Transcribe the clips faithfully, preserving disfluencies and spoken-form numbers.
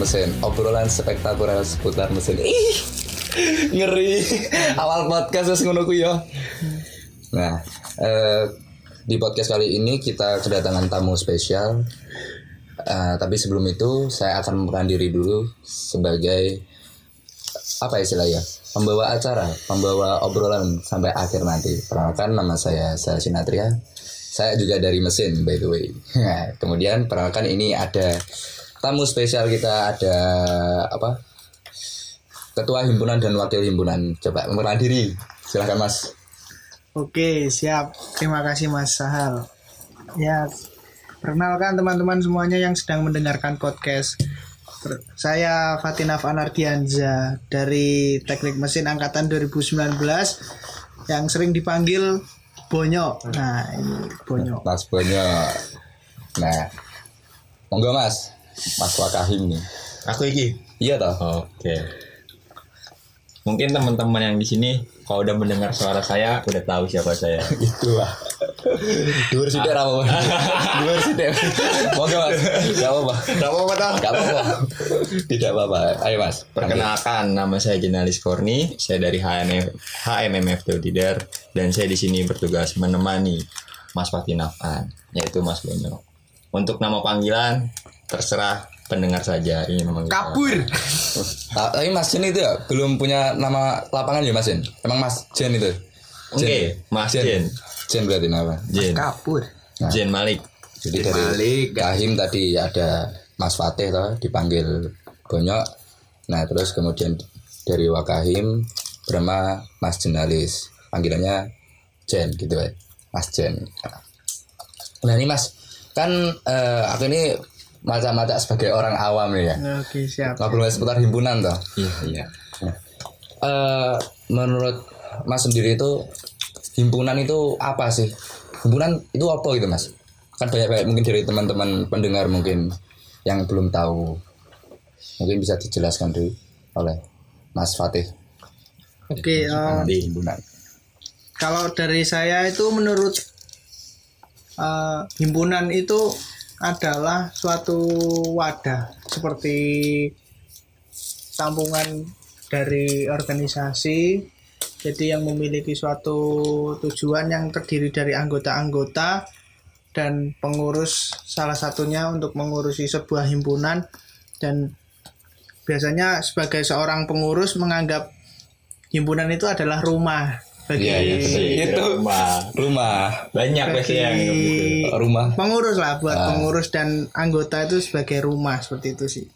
mesin. Obrolan spektakuler seputar mesin. Ih, ngeri. Awal podcast wis ngono ku ya. Nah, eh, di podcast kali ini kita kedatangan tamu spesial. Uh, tapi sebelum itu saya akan memperkenalkan diri dulu sebagai apa istilahnya, pembawa acara, pembawa obrolan sampai akhir nanti. Perkenalkan, nama saya Sal Sinatria. Saya juga dari mesin, by the way. Nah, kemudian perkenalkan, ini ada tamu spesial kita, ada apa? Ketua himpunan dan wakil himpunan. Coba memperkenalkan diri. Silakan Mas. Oke, siap. Terima kasih Mas Sahal. Ya, perkenalkan teman-teman semuanya yang sedang mendengarkan podcast. Saya Fatinaf Anardianza dari Teknik Mesin Angkatan dua ribu sembilan belas yang sering dipanggil Bonyo. Nah, ini Bonyo. Mas Bonyo. Nah, monggo Mas. Mas Wakahim nih. Aku iki. Iya toh? Oke. Mungkin teman-teman yang di sini kalau udah mendengar suara saya udah tahu siapa saya. Itulah. Dhuwur sithik ra apa-apa. Dhuwur sithik. Monggo Mas. Enggak apa-apa. Enggak apa-apa toh? Enggak apa-apa. Tidak apa-apa. Ayo Mas. Perkenalkan, nama saya Jenalis Korni. Saya dari H M M F Teutider dan saya di sini bertugas menemani Mas Fatinafan, yaitu Mas Bonyo. Untuk nama panggilan terserah pendengar saja ingin memanggil. Kabur. Tapi Mas Jen itu ya belum punya nama lapangan ya Mas Jen? Emang Mas Jen itu? Oke, okay, Mas Jen. Jen. Jen berarti nama. Jen. Kabur. Nah, Jen Malik. Jadi dari Malik, Kahim tadi ada Mas Fatih toh, dipanggil Bonyo. Nah, terus kemudian dari Wakahim bernama Mas Jenalis. Panggilannya Jen gitu ya. Mas Jen. Nah, ini Mas, kan uh, aku ini macam-macam sebagai orang awam ya. Oke, siap. Ngobrol seputar himpunan toh. Iya, iya. Nah, uh, menurut Mas sendiri itu himpunan itu apa sih? Himpunan itu apa gitu Mas? Kan banyak-banyak mungkin dari teman-teman pendengar mungkin yang belum tahu. Mungkin bisa dijelaskan dulu oleh Mas Fatih. Oke, uh, di himpunan. Kalau dari saya itu menurut uh, himpunan itu adalah suatu wadah seperti sambungan dari organisasi, jadi yang memiliki suatu tujuan yang terdiri dari anggota-anggota dan pengurus, salah satunya untuk mengurusi sebuah himpunan. Dan biasanya sebagai seorang pengurus menganggap himpunan itu adalah rumah bagi ya, ya, itu rumah rumah banyak pasti yang gitu. Rumah pengurus lah buat ah. pengurus dan anggota itu sebagai rumah, seperti itu sih.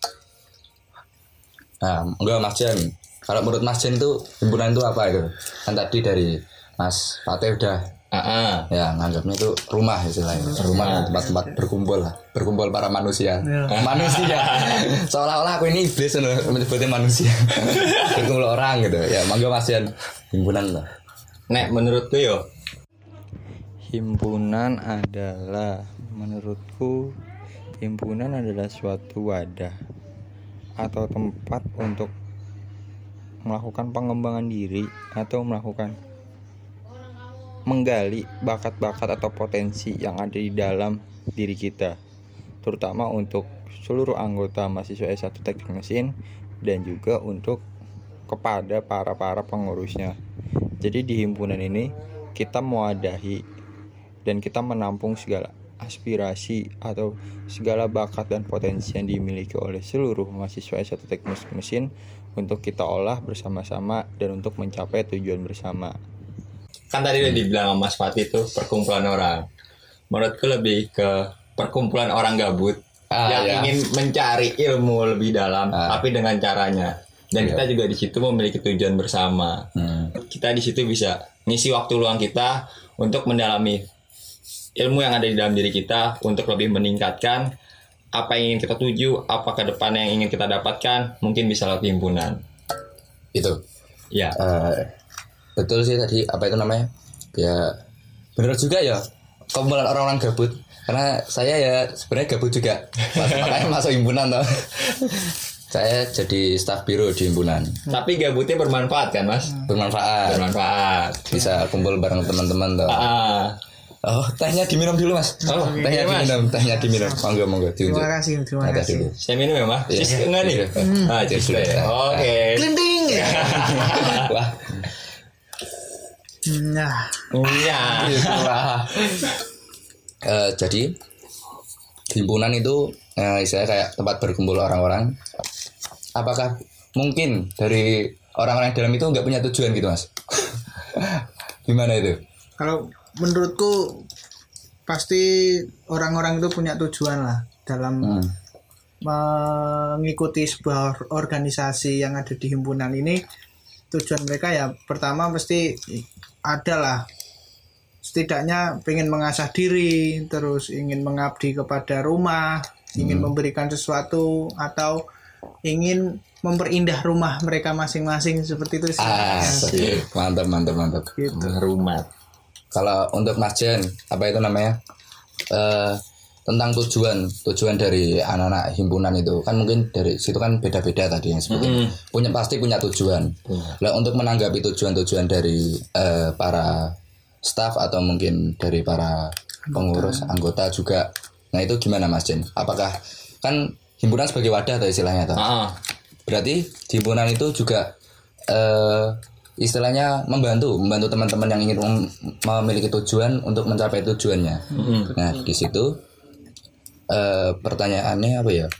Nah, enggak Mas Jen. Kalau menurut Mas Jen itu himpunan itu apa itu? Kan tadi dari Mas Fatih udah uh-uh. ya nganggapnya itu rumah istilahnya. Rumah, tempat-tempat berkumpul lah, berkumpul para manusia. Ya. Manusia. Seolah-olah aku ini iblis menyebutnya manusia. Berkumpul orang gitu. Ya, monggo Mas Jen. Himpunan lah. Nek menurutku yo, himpunan adalah, menurutku himpunan adalah suatu wadah atau tempat untuk melakukan pengembangan diri atau melakukan menggali bakat-bakat atau potensi yang ada di dalam diri kita, terutama untuk seluruh anggota mahasiswa S satu Teknik Mesin dan juga untuk kepada para-para pengurusnya. Jadi di himpunan ini kita mewadahi dan kita menampung segala aspirasi atau segala bakat dan potensi yang dimiliki oleh seluruh mahasiswa S satu Teknik Mesin untuk kita olah bersama-sama dan untuk mencapai tujuan bersama. Kan tadi udah dibilang Mas Fatih itu perkumpulan orang. Menurutku lebih ke perkumpulan orang gabut ah, yang ya. ingin mencari ilmu lebih dalam, ah. tapi dengan caranya. Dan yeah. kita juga di situ memiliki tujuan bersama. Hmm. Kita di situ bisa ngisi waktu luang kita untuk mendalami ilmu yang ada di dalam diri kita untuk lebih meningkatkan apa yang ingin kita tuju, apa ke depan yang ingin kita dapatkan, mungkin bisa lewat himpunan. Itu. Ya. Uh, betul sih tadi apa itu namanya? Ya benar juga ya. Kumpulan orang-orang gabut. Karena saya ya sebenarnya gabut juga. Makanya masuk himpunan toh. Saya jadi staf biro di himpunan. Tapi gabutnya bermanfaat kan Mas? Bermanfaat. Bermanfaat. Bisa kumpul bareng teman-teman tuh. Ah. Oh, tehnya diminum dulu mas. Oh, Oke, tehnya mas. diminum, tehnya diminum. Monggo, monggo, diunjuk. Terima kasih, terima Ada kasih. dulu. Saya minum ya mas. Iya. Cis enggak nih? Hmm. Ah, cis Sudah. ya. Oke. Glinding ya. Wah, Nah, Iya. itulah. Eh, jadi himpunan itu eh, istilahnya kayak tempat berkumpul orang-orang. Apakah mungkin dari orang-orang dalam itu nggak punya tujuan gitu mas? Gimana itu? kalau menurutku pasti orang-orang itu punya tujuan lah dalam Hmm. mengikuti sebuah organisasi yang ada di himpunan ini. Tujuan mereka ya pertama pasti adalah setidaknya ingin mengasah diri, terus ingin mengabdi kepada rumah, ingin memberikan sesuatu atau ingin memperindah rumah mereka masing-masing seperti itu sih. Ah, Ya, mantap, mantap, mantap. gitu. Rumah. Kalau untuk Mas Jen, apa itu namanya? Eh, tentang tujuan, tujuan dari anak-anak himpunan itu kan mungkin dari situ kan beda-beda tadi yang sebutnya. Punya pasti punya tujuan. Nah, untuk menanggapi tujuan-tujuan dari eh, para staf atau mungkin dari para pengurus anggota juga. Nah, itu gimana Mas Jen? Apakah kan himpunan sebagai wadah atau istilahnya atau? Ah, Berarti di himpunan itu juga eh, istilahnya membantu membantu teman-teman yang ingin mem- memiliki tujuan untuk mencapai tujuannya. Nah di situ eh, pertanyaannya apa ya?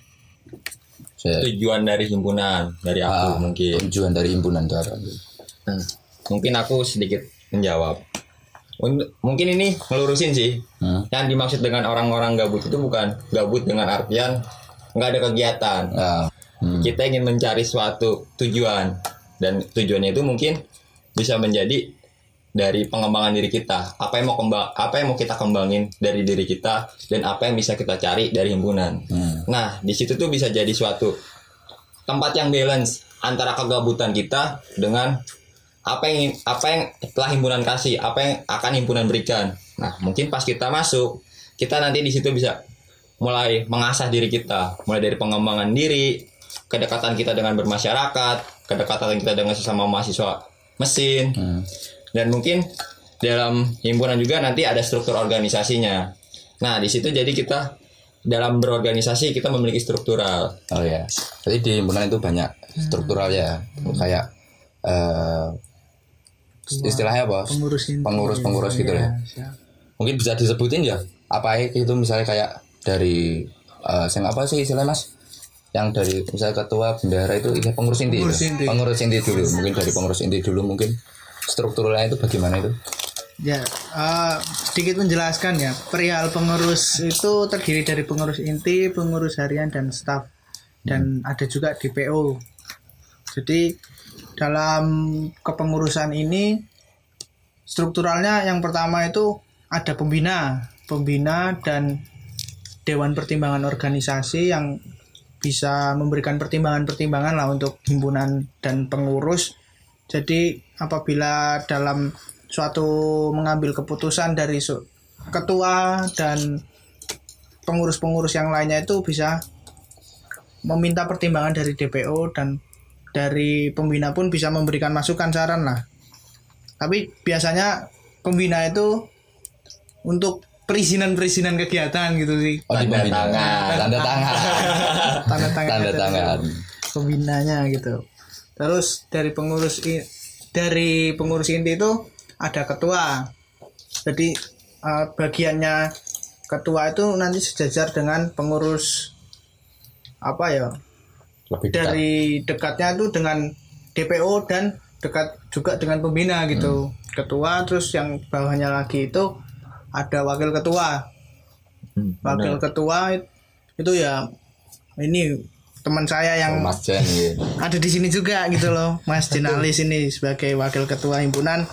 Saya, tujuan dari himpunan dari aku ah, mungkin. tujuan dari himpunan itu apa? Nah, mungkin aku sedikit menjawab. Untuk- Mungkin ini ngelurusin sih. Hmm. Yang dimaksud dengan orang-orang gabut itu bukan gabut dengan artian nggak ada kegiatan. Ah, hmm. Kita ingin mencari suatu tujuan, dan tujuannya itu mungkin bisa menjadi dari pengembangan diri kita. Apa yang mau kembang, apa yang mau kita kembangin dari diri kita, dan apa yang bisa kita cari dari himpunan. Hmm. Nah, di situ tuh bisa jadi suatu tempat yang balance antara kegabutan kita dengan apa yang apa yang telah himpunan kasih, apa yang akan himpunan berikan. Nah, mungkin pas kita masuk, kita nanti di situ bisa mulai mengasah diri kita, mulai dari pengembangan diri, kedekatan kita dengan bermasyarakat, kedekatan kita dengan sesama mahasiswa mesin, Hmm. dan mungkin dalam himpunan juga nanti ada struktur organisasinya. Nah, di situ jadi kita dalam berorganisasi kita memiliki struktural. Oh ya, jadi di himpunan itu banyak struktural ya, kayak eh, istilahnya apa? Pengurus inti. Pengurus-pengurus gitu ya. siap. Mungkin bisa disebutin ya apa itu misalnya kayak dari uh, yang apa sih istilah mas yang dari misalnya ketua bendahara itu ya, pengurus inti Pengurus itu. inti. Pengurus inti dulu mungkin dari pengurus inti dulu mungkin strukturnya itu bagaimana itu. Ya, eh, sedikit menjelaskan ya. Perihal pengurus itu terdiri dari pengurus inti, pengurus harian, dan staf. Dan ada juga D P O. Jadi dalam kepengurusan ini strukturalnya yang pertama itu ada pembina, pembina dan dewan pertimbangan organisasi yang bisa memberikan pertimbangan-pertimbangan lah untuk himpunan dan pengurus. Jadi apabila dalam suatu mengambil keputusan dari su- ketua dan pengurus-pengurus yang lainnya itu bisa meminta pertimbangan dari D P O, dan dari pembina pun bisa memberikan masukan saran lah. Tapi biasanya pembina itu untuk perizinan-perizinan kegiatan gitu sih. Oh, di Tanda pembina. tangan. Tanda tangan. Tanda tangan. Tanda tangan. Pembinanya gitu. Terus dari pengurus i- dari pengurus inti itu ada ketua. Jadi eh, bagiannya ketua itu nanti sejajar dengan pengurus apa ya? Lebih dekat. Dari dekatnya itu dengan D P O dan dekat juga dengan pembina gitu. Hmm. Ketua, terus yang bawahnya lagi itu ada wakil ketua. Hmm, Wakil benar. ketua itu ya ini teman saya yang Oh, Mas Jen gitu. ada di sini juga gitu loh, Mas Jenalis ini sebagai wakil ketua himpunan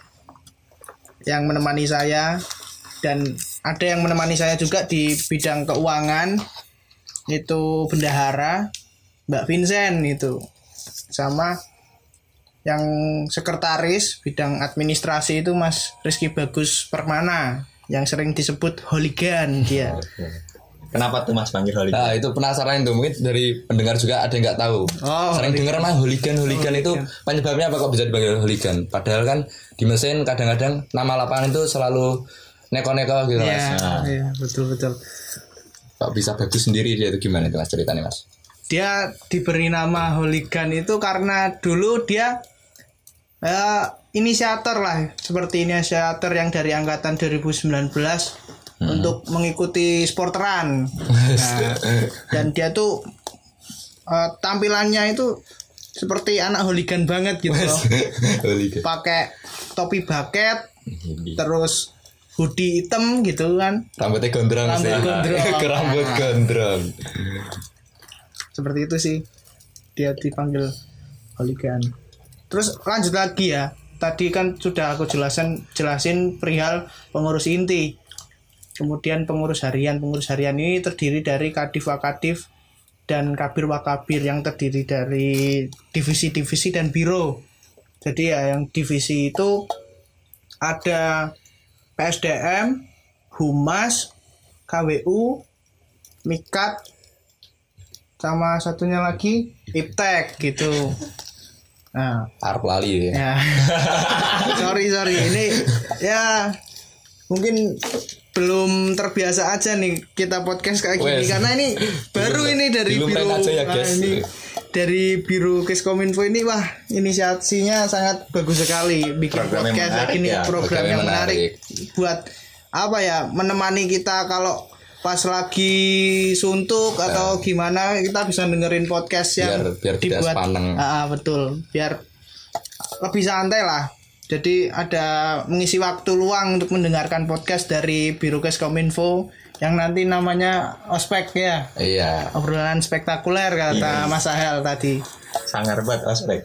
yang menemani saya, dan ada yang menemani saya juga di bidang keuangan itu bendahara Mbak Vincent itu, sama yang sekretaris bidang administrasi itu Mas Rizky Bagus Permana yang sering disebut Hooligan dia. Kenapa tuh Mas panggil hooligan? Nah itu penasaran itu mungkin dari pendengar juga ada yang nggak tahu. Oh, Sering dengar mah hooligan hooligan itu penyebabnya apa kok bisa dipanggil hooligan? Padahal kan di mesin kadang-kadang nama lapangan itu selalu neko-neko gitu Iya, Mas. Nah, iya, betul betul. kok bisa bagus sendiri dia itu gimana itu Mas ceritanya Mas? Dia diberi nama hooligan itu karena dulu dia eh, inisiator lah, seperti inisiator yang dari angkatan dua ribu sembilan belas hmm. untuk mengikuti sporteran. Nah, dan dia tuh eh, tampilannya itu seperti anak hooligan banget gitu loh. Pakai topi bucket, terus hoodie hitam gitu kan. Rambutnya gondrong Rambut sih. gondrong. Rambut gondrong. Seperti itu sih. Dia dipanggil hooligan. Terus lanjut lagi ya. Tadi kan sudah aku jelasin jelasin perihal pengurus inti. Kemudian pengurus harian. Pengurus harian ini terdiri dari kadif-wakadif dan kabir-wakabir yang terdiri dari divisi-divisi dan biro. Jadi ya yang divisi itu ada P S D M, Humas, K W U, Mikat, sama satunya lagi Iptek gitu. Nah, Arep lali ya. ya. sorry sorry ini ya mungkin belum terbiasa aja nih kita podcast kayak gini. Wes. Karena ini baru ini dari biro aja ya, nah, guys. ini dari biro Keskominfo ini wah inisiasinya sangat bagus sekali bikin program podcast kayak gini ya. program yang menarik. menarik buat apa ya menemani kita kalau pas lagi suntuk nah. atau gimana kita bisa dengerin podcast yang biar, biar dibuat ah, betul biar lebih santai lah. Jadi ada mengisi waktu luang untuk mendengarkan podcast dari Biro Keskominfo yang nanti namanya Ospek ya. Iya. Obrolan spektakuler kata iya. Mas Ahel tadi. Sangar banget Ospek.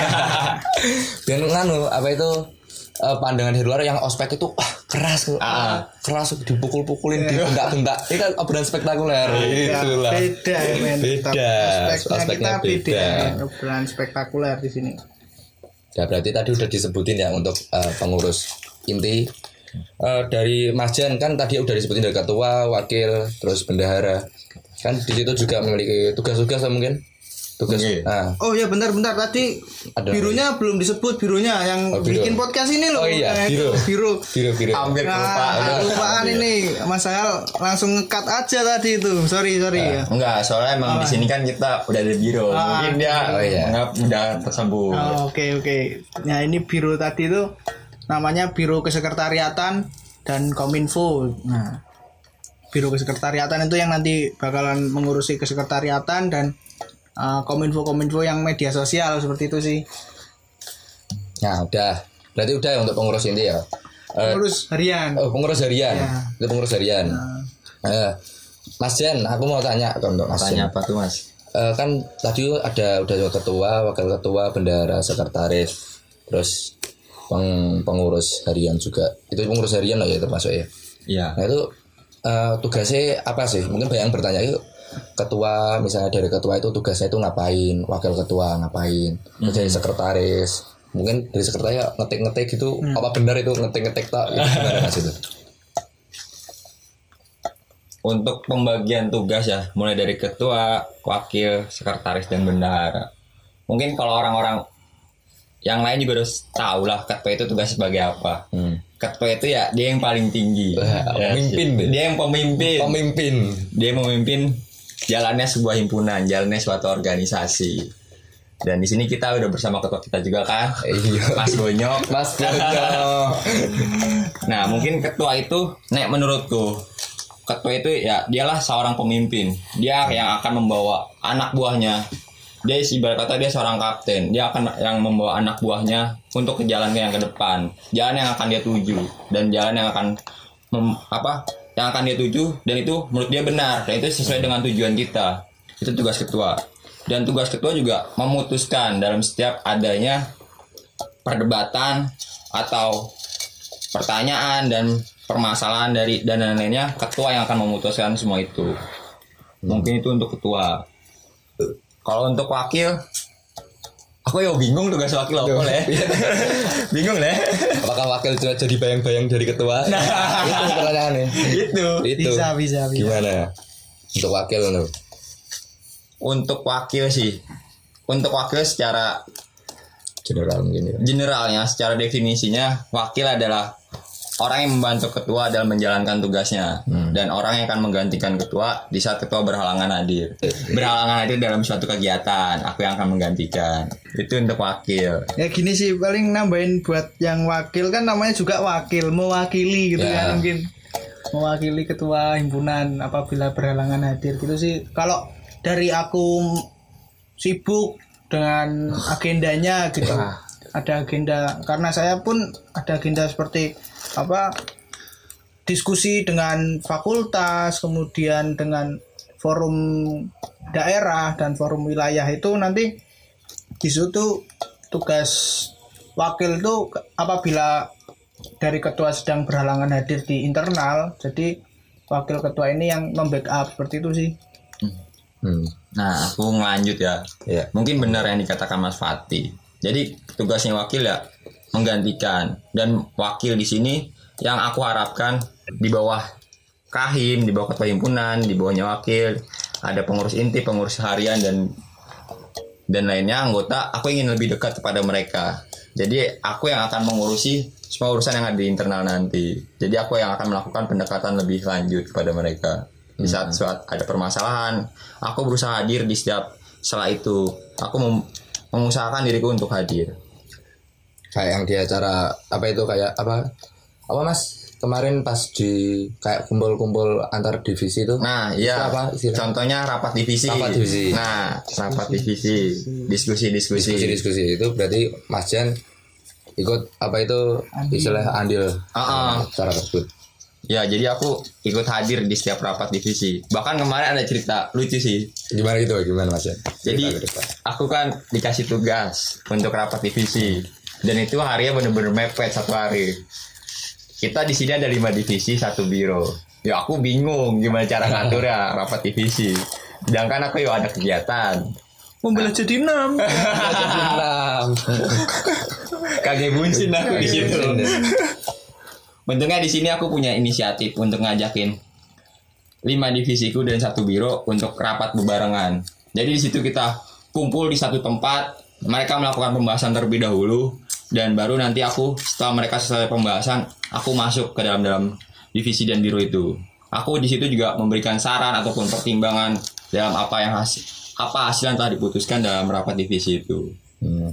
Dan nganu apa itu uh, pandangan dari luar yang Ospek itu ah, keras tuh. Ah. Keras dipukul-pukulin, dibentak-bentak. Ini kan obrolan spektakuler. Ya, itulah. Beda ya, men. Beda. Ospeknya, Ospeknya kita beda. beda. Obrolan spektakuler di sini. Ya berarti tadi udah disebutin ya untuk uh, pengurus inti uh, dari Mas Jan kan tadi udah disebutin dari ketua, wakil, terus bendahara. Kan di situ juga memiliki tugas-tugas mungkin. Tugas. Okay. Nah. Oh ya benar-benar tadi ada birunya lagi. Belum disebut birunya yang oh, biro. Bikin podcast ini loh. Oh iya, nah, biro. Biro. Biro, biro. Hampir kelupaan. Nah, kelupaan ini. Mas Ahel langsung nge-cut aja tadi itu. Sorry, sorry uh, ya. Enggak, soalnya emang oh. di sini kan kita udah ada biro. Ah, Mungkin dia oh, iya. menganggap udah tersambung. Oke, oh, oke. Okay, okay. Nah, ini biro tadi itu namanya Biro Kesekretariatan dan Kominfo. Nah, Biro Kesekretariatan itu yang nanti bakalan mengurusi kesekretariatan dan Uh, kominfo-kominfo yang media sosial seperti itu sih. Nah udah, berarti udah ya untuk pengurus inti ya. Uh, pengurus harian. Oh pengurus harian, ya. Itu pengurus harian. Nah. Uh, Mas Jan, aku mau tanya untuk Mas Tanya Jan. apa tuh Mas? Uh, kan tadi ada udah ketua, wakil ketua, bendahara, sekretaris, terus peng, pengurus harian juga. Itu pengurus harian lah ya termasuk ya. Iya. Nah itu uh, tugasnya apa sih? Mungkin banyak yang bertanya itu. Ketua misalnya dari ketua itu tugasnya itu ngapain, wakil ketua ngapain, mm-hmm. jadi sekretaris mungkin dari sekretaris ya ngetik-ngetik gitu mm. apa benar itu ngetik-ngetik tak gitu, gimana Mas itu? Untuk pembagian tugas ya mulai dari ketua, wakil, sekretaris dan bendahara. Mungkin kalau orang-orang yang lain juga udah tahu lah ketua itu tugas sebagai apa. Hmm. Ketua itu ya dia yang paling tinggi, Wah, ya, pemimpin, dia yang pemimpin, pemimpin, dia yang memimpin jalannya sebuah himpunan, jalannya suatu organisasi. Dan di sini kita udah bersama ketua kita juga kan, Mas Bonyok, Mas Bonyok. Nah mungkin ketua itu, nek menurutku ketua itu ya dialah seorang pemimpin, dia yang akan membawa anak buahnya. Dia ibarat kata dia seorang kapten, dia akan yang membawa anak buahnya untuk ke jalan yang ke depan, jalan yang akan dia tuju dan jalan yang akan mem, apa yang akan dia tuju dan itu menurut dia benar dan itu sesuai dengan tujuan kita. Itu tugas ketua. Dan tugas ketua juga memutuskan dalam setiap adanya perdebatan atau pertanyaan dan permasalahan dari dan lain-lainnya, ketua yang akan memutuskan semua itu. Mungkin itu untuk ketua. Kalau untuk wakil, aku ya bingung tugas wakil apa lah. Bingung lah. Apakah wakil cuma jadi bayang-bayang dari ketua? Nah, itu pertanyaannya. Itu. Itu. Bisa, bisa, bisa. Gimana? Untuk wakil loh. Untuk wakil sih. Untuk wakil secara general mungkin ya. Generalnya, secara definisinya wakil adalah orang yang membantu ketua dalam menjalankan tugasnya hmm. dan orang yang akan menggantikan ketua di saat ketua berhalangan hadir. Berhalangan hadir dalam suatu kegiatan, aku yang akan menggantikan. Itu untuk wakil. Ya gini sih, paling nambahin buat yang wakil kan namanya juga wakil, mewakili gitu ya. Kan mungkin mewakili ketua himpunan apabila berhalangan hadir gitu sih. Kalau dari aku sibuk dengan agendanya gitu. Wah. Ada agenda karena saya pun ada agenda seperti apa diskusi dengan fakultas, kemudian dengan forum daerah dan forum wilayah itu nanti di situ tugas wakil itu apabila dari ketua sedang berhalangan hadir di internal, jadi wakil ketua ini yang membackup seperti itu sih. Hmm. Nah, aku ngelanjut ya. ya. Mungkin benar yang dikatakan Mas Fatih. Jadi tugasnya wakil ya menggantikan, dan wakil di sini yang aku harapkan di bawah kahim, di bawah ketua himpunan, di bawahnya wakil ada pengurus inti, pengurus harian dan dan lainnya anggota. Aku ingin lebih dekat kepada mereka. Jadi aku yang akan mengurusi semua urusan yang ada di internal nanti. Jadi aku yang akan melakukan pendekatan lebih lanjut kepada mereka. Di saat, saat ada permasalahan, aku berusaha hadir di setiap setelah itu. Aku mem- mengusahakan diriku untuk hadir. Kayak yang di acara apa itu kayak apa apa Mas kemarin pas di kayak kumpul-kumpul antar divisi itu. Nah iya apa, contohnya rapat divisi. Rapat divisi. Nah rapat divisi, diskusi-diskusi. Diskusi-diskusi itu berarti Mas Jan ikut apa itu istilah andil uh-uh. acara tersebut. Ya, jadi aku ikut hadir di setiap rapat divisi. Bahkan kemarin ada cerita lucu sih. Gimana gitu? Gimana Mas? Jadi aku kan dikasih tugas untuk rapat divisi, dan itu harinya bener-bener mepet satu hari. Kita di sini ada lima divisi, satu biro. Ya aku bingung gimana cara ngatur ya rapat divisi. Sedangkan aku ya ada kegiatan. Membelah jadi enam. Jadi enam. Kage bunsin aku di situ. Untungnya di sini aku punya inisiatif untuk ngajakin lima divisiku dan satu biro untuk rapat bebarengan. Jadi di situ kita kumpul di satu tempat, mereka melakukan pembahasan terlebih dahulu, dan baru nanti aku setelah mereka selesai pembahasan, aku masuk ke dalam-dalam divisi dan biro itu. Aku di situ juga memberikan saran ataupun pertimbangan dalam apa yang hasil apa hasil yang telah diputuskan dalam rapat divisi itu. Hmm.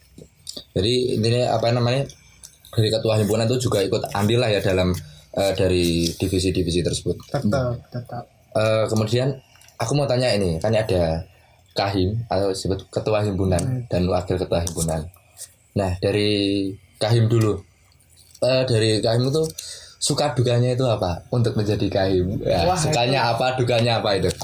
Jadi intinya apa namanya? Dari ketua himpunan itu juga ikut andil lah ya dalam uh, dari divisi-divisi tersebut. Tetap, tetap. Uh, kemudian aku mau tanya ini, kan ada kahim atau disebut ketua himpunan hmm. dan wakil ketua himpunan. Nah dari kahim dulu, uh, dari kahim itu suka dukanya itu apa untuk menjadi kahim? Ya, Wah, sukanya itu. Apa, dukanya apa itu?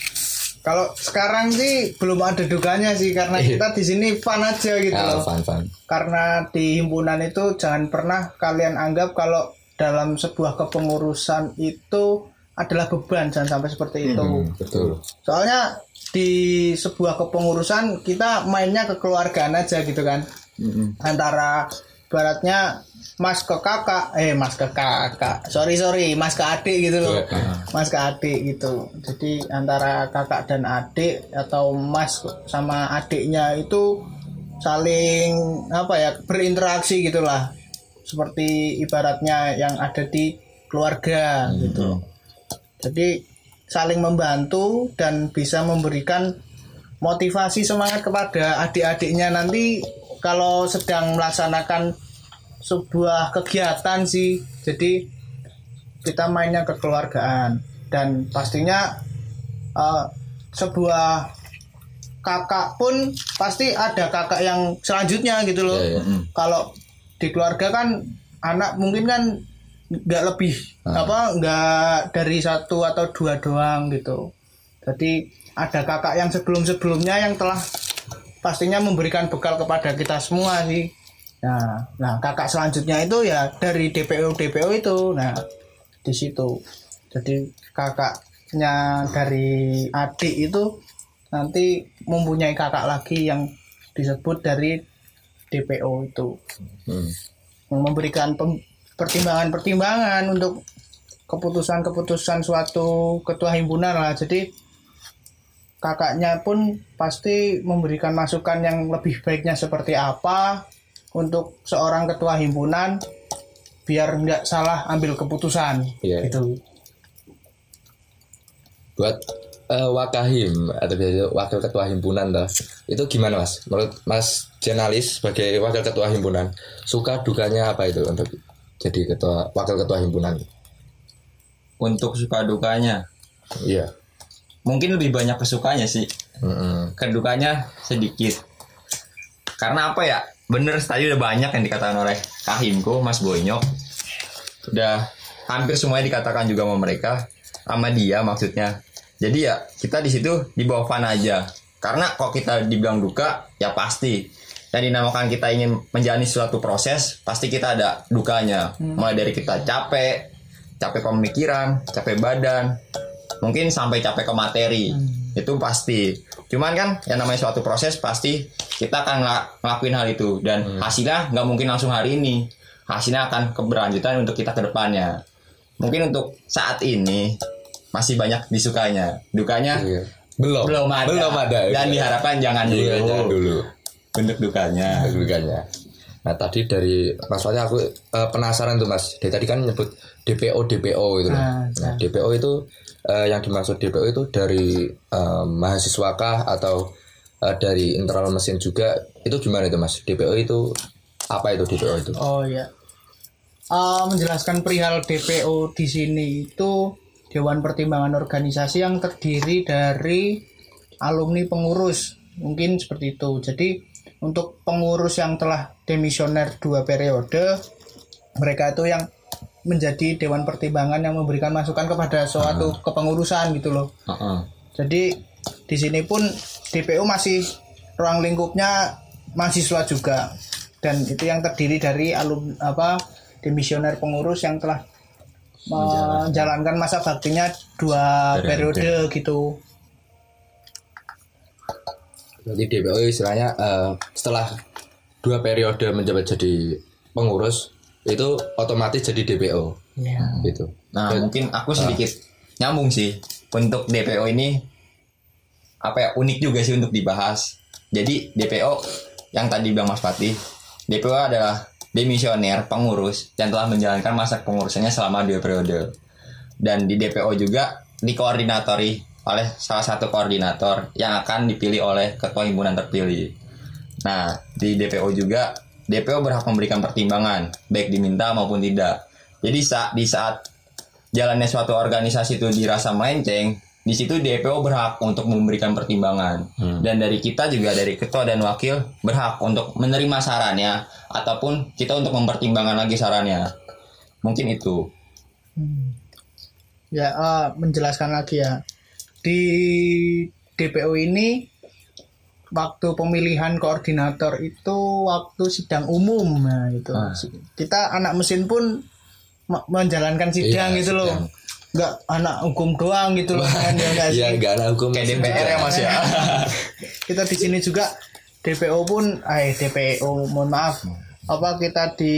Kalau sekarang sih belum ada dukanya sih, karena kita di sini fun aja gitu ya, loh. Fun, fun. Karena di himpunan itu jangan pernah kalian anggap kalau dalam sebuah kepengurusan itu adalah beban, jangan sampai seperti itu. Hmm, betul. Soalnya di sebuah kepengurusan kita mainnya kekeluargaan aja gitu kan. Hmm. Antara baratnya mas ke kakak, eh mas ke kakak, sorry sorry mas ke adik gitu loh, mas ke adik gitu. Jadi antara kakak dan adik atau mas sama adiknya itu saling apa ya berinteraksi gitulah, seperti ibaratnya yang ada di keluarga hmm. gitu. Jadi saling membantu dan bisa memberikan motivasi semangat kepada adik-adiknya nanti kalau sedang melaksanakan sebuah kegiatan sih. Jadi kita mainnya kekeluargaan, dan pastinya uh, sebuah kakak pun pasti ada kakak yang selanjutnya gitu loh. Yeah, yeah. Kalau di keluarga kan anak mungkin kan nggak lebih ah. apa nggak dari satu atau dua doang gitu. Jadi ada kakak yang sebelum-sebelumnya yang telah pastinya memberikan bekal kepada kita semua sih. Nah, nah kakak selanjutnya itu ya dari D P O D P O itu. Nah, di situ. Jadi kakaknya dari adik itu nanti mempunyai kakak lagi yang disebut dari D P O itu. Hmm. Yang memberikan pem- pertimbangan-pertimbangan untuk keputusan-keputusan suatu ketua himpunan lah. Jadi kakaknya pun pasti memberikan masukan yang lebih baiknya seperti apa untuk seorang ketua himpunan biar nggak salah ambil keputusan yeah. gitu. Buat uh, Wakahim atau biasa wakil ketua himpunan toh, itu gimana Mas? Menurut Mas Jenalis sebagai wakil ketua himpunan, suka dukanya apa itu untuk jadi ketua wakil ketua himpunan? Untuk suka dukanya, iya. Mungkin lebih banyak kesukanya sih. Mm-hmm. Kedukanya sedikit. Karena apa ya? Bener tadi udah banyak yang dikatakan oleh Kahimku, Mas Bonyok. Udah hampir semuanya dikatakan juga sama mereka, sama dia maksudnya. Jadi ya kita di situ di bawah fan aja. Karena kok kita dibilang duka, ya pasti. Dan dinamakan kita ingin menjalani suatu proses, pasti kita ada dukanya. Hmm. Mulai dari kita capek, capek pemikiran, capek badan, mungkin sampai capek ke materi. Hmm. Itu pasti. Cuman kan yang namanya suatu proses pasti kita akan ng- ngelakuin hal itu. Dan hmm. hasilnya nggak mungkin langsung hari ini. Hasilnya akan keberlanjutan untuk kita ke depannya. Mungkin untuk saat ini masih banyak disukanya. Dukanya iya. belum belum ada. Belum ada. Dan iya. diharapkan jangan dulu. Iya, jangan dulu. Bentuk dukanya. Bentuk dukanya. Nah tadi dari maksudnya aku uh, penasaran tuh Mas. Dari tadi kan nyebut D P O D P O gitu. Nah, nah D P O itu uh, yang dimaksud D P O itu dari uh, mahasiswa kah atau uh, dari internal mesin juga? Itu gimana itu Mas? D P O itu apa itu D P O itu? Oh ya. Uh, menjelaskan perihal D P O di sini itu Dewan Pertimbangan Organisasi yang terdiri dari alumni pengurus, mungkin seperti itu. Jadi untuk pengurus yang telah demisioner dua periode, mereka itu yang menjadi Dewan Pertimbangan yang memberikan masukan kepada suatu uh-huh. kepengurusan gitu loh. Uh-huh. Jadi di sini pun D P O masih ruang lingkupnya mahasiswa juga, dan itu yang terdiri dari alumni apa demisioner pengurus yang telah menjalankan masa baktinya dua periode, periode gitu. Jadi D P O istilahnya uh, setelah dua periode menjabat jadi pengurus itu otomatis jadi D P O. Ya. Gitu. Nah, Dan, mungkin aku sedikit uh, nyambung sih untuk D P O ini apa ya unik juga sih untuk dibahas. Jadi D P O yang tadi bilang Mas Fatih, D P O adalah demisioner pengurus yang telah menjalankan masa pengurusannya selama dua periode. Dan di D P O juga dikoordinatori oleh salah satu koordinator yang akan dipilih oleh ketua himpunan terpilih. Nah, di D P O juga D P O berhak memberikan pertimbangan baik diminta maupun tidak. Jadi saat di saat jalannya suatu organisasi itu dirasa melenceng, di situ D P O berhak untuk memberikan pertimbangan. Hmm. Dan dari kita juga dari ketua dan wakil berhak untuk menerima sarannya ataupun kita untuk mempertimbangkan lagi sarannya. Mungkin itu. Hmm. Ya, uh, menjelaskan lagi ya. Di D P O ini waktu pemilihan koordinator itu waktu sidang umum. Nah, itu. Ah. Kita anak mesin pun menjalankan sidang iya, gitu loh. Sidang. Nggak anak hukum doang gitu loh kan ya nggak sih? Iya nggak anak hukum kayak D P R ya Mas ya. Kita di sini juga D P O pun, eh D P O mohon maaf, apa kita di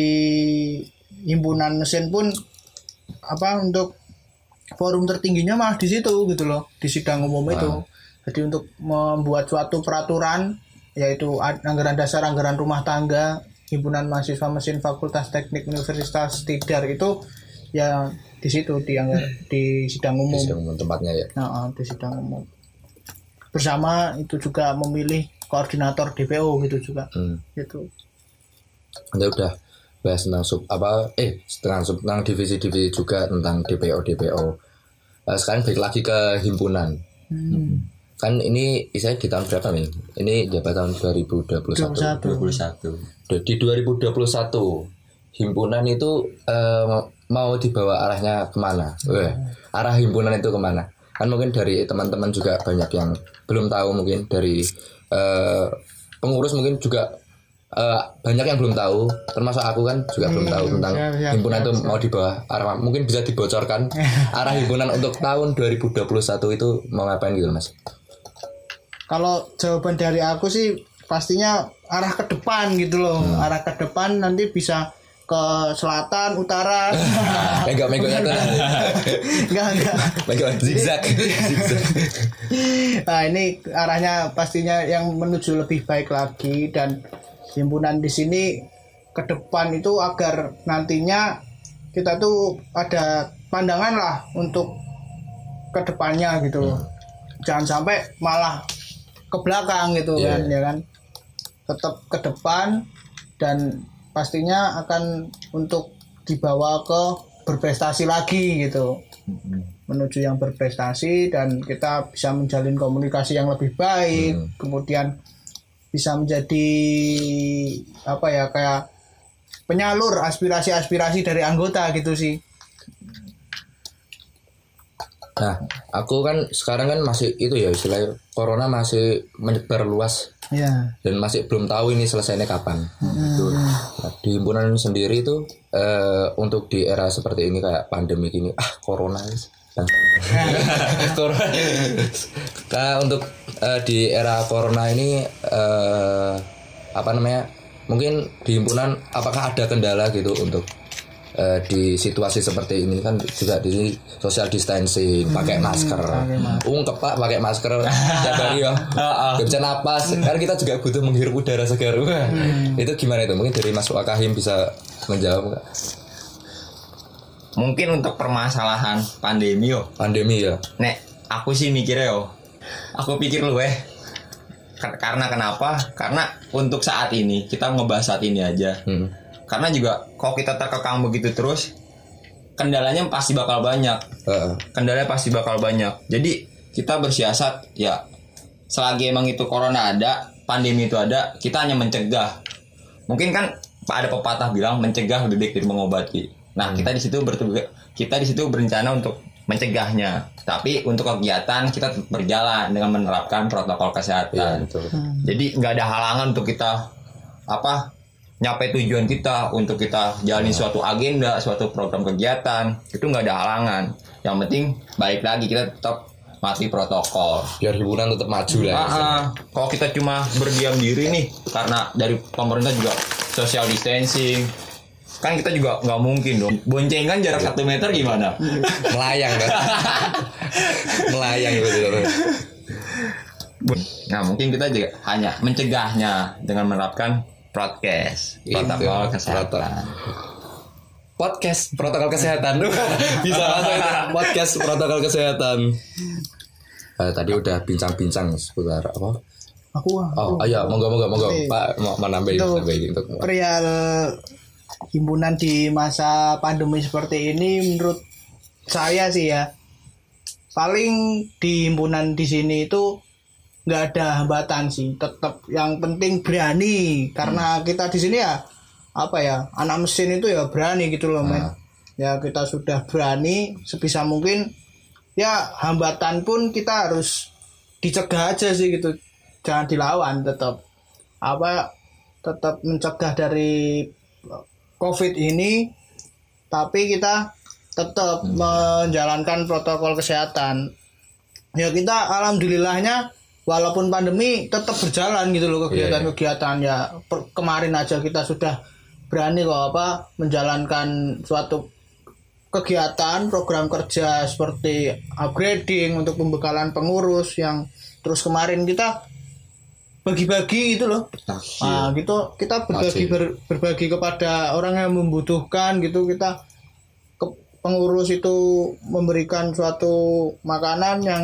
himpunan mesin pun apa untuk forum tertingginya malah di situ gitu loh, di sidang umum wow. itu. Jadi untuk membuat suatu peraturan yaitu anggaran dasar, anggaran rumah tangga, himpunan mahasiswa mesin Fakultas Teknik Universitas Tidar itu ya di situ di anggar, di sidang umum. Di sidang umum tempatnya ya. Nah, di sidang umum. Bersama itu juga memilih koordinator D P O gitu juga. Hmm. Gitu. Anda udah bahas tentang sub apa eh tentang sub tentang divisi-divisi juga tentang D P O D P O. Uh, sekarang balik lagi ke himpunan. Hmm. Kan ini saya di tahun berapa nih? Ini jabat tahun dua ribu dua puluh satu. dua puluh satu. Di dua ribu dua puluh satu himpunan itu uh, mau dibawa arahnya kemana? Hmm. Weh, arah himpunan itu kemana? Kan mungkin dari teman-teman juga banyak yang belum tahu, mungkin dari uh, pengurus mungkin juga uh, banyak yang belum tahu, termasuk aku kan juga hmm, belum tahu tentang siap, siap, himpunan siap, itu siap. Mau dibawa arah. Mungkin bisa dibocorkan arah himpunan untuk tahun dua ribu dua puluh satu itu mau ngapain gitu Mas? Kalau jawaban dari aku sih pastinya arah ke depan gitu loh. Hmm. Arah ke depan nanti bisa ke selatan, utara. Mega-mega itu. Enggak, enggak. Mega zigzag. Zigzag. Nah, ini arahnya pastinya yang menuju lebih baik lagi, dan himpunan di sini ke depan itu agar nantinya kita tuh ada pandangan lah untuk kedepannya gitu. Hmm. Jangan sampai malah ke belakang gitu yeah. kan, ya kan. Tetap ke depan dan pastinya akan untuk dibawa ke berprestasi lagi gitu. Hmm. Menuju yang berprestasi dan kita bisa menjalin komunikasi yang lebih baik. Hmm. Kemudian bisa menjadi apa ya, kayak penyalur aspirasi-aspirasi dari anggota gitu sih. Nah, aku kan sekarang kan masih itu ya, istilahnya corona masih menyebar luas ya. Dan masih belum tahu ini selesainya kapan. Hmm. Gitu. Nah, di himpunan sendiri itu uh, untuk di era seperti ini kayak pandemi gini, ah corona corona. Nah, untuk uh, di era corona ini uh, apa namanya? Mungkin di himpunan apakah ada kendala gitu untuk Uh, di situasi seperti ini kan juga di social distancing, hmm, pakai masker, ungkep pak pakai masker tiap hari ya, nggak bisa napas, hmm. karena kita juga butuh menghirup udara segar. Hmm. Itu gimana itu? Mungkin dari Mas Wakahim bisa menjawab nggak? Mungkin untuk permasalahan pandemi yo, pandemi ya. Nek, aku sih mikirnya yo, aku pikir lu eh, karena kenapa? Karena untuk saat ini kita ngebahas saat ini aja. Hmm. Karena juga kalau kita terkekang begitu terus, kendalanya pasti bakal banyak. Uh. Kendalanya pasti bakal banyak. Jadi kita bersiasat ya, selagi emang itu corona ada, pandemi itu ada, kita hanya mencegah. Mungkin kan ada pepatah bilang mencegah lebih baik dari mengobati. Nah, hmm. kita di situ bertugas, kita di situ berencana untuk mencegahnya. Tapi untuk kegiatan kita tetap berjalan dengan menerapkan protokol kesehatan. Ya, hmm. Jadi nggak ada halangan untuk kita apa? Nyampe tujuan kita, untuk kita jalani suatu agenda, suatu program kegiatan, itu nggak ada halangan. Yang penting baik lagi kita tetap mati protokol. Biar himpunan tetap maju lah. Ah, ah. Kalau kita cuma berdiam diri nih, karena dari pemerintah juga social distancing, kan kita juga nggak mungkin dong. Boncengan jarak satu meter gimana? Melayang kan? Melayang gitu. Nah mungkin kita juga hanya mencegahnya dengan menerapkan podcast protokol kesehatan. Podcast protokol kesehatan. Bisa masuk itu. Podcast protokol kesehatan. Uh, tadi udah bincang-bincang seputar apa? Aku. Oh, ayo monggo monggo monggo. Pak mau menambah nambahin untuk perihal himpunan di masa pandemi seperti ini, menurut saya sih ya, paling di himpunan di sini itu nggak ada hambatan sih, tetap yang penting berani, karena hmm. kita di sini ya apa ya, anak mesin itu ya berani gitu loh men. Hmm. Ya kita sudah berani sebisa mungkin, ya hambatan pun kita harus dicegah aja sih gitu, jangan dilawan, tetap apa tetap mencegah dari COVID ini, tapi kita tetap hmm. menjalankan protokol kesehatan. Ya kita alhamdulillahnya walaupun pandemi tetap berjalan gitu loh kegiatan-kegiatan ya. Per, kemarin aja kita sudah berani kok apa menjalankan suatu kegiatan program kerja seperti upgrading untuk pembekalan pengurus, yang terus kemarin kita bagi-bagi gitu loh. Nah, gitu kita berbagi ber, berbagi kepada orang yang membutuhkan gitu. Kita ke, pengurus itu memberikan suatu makanan yang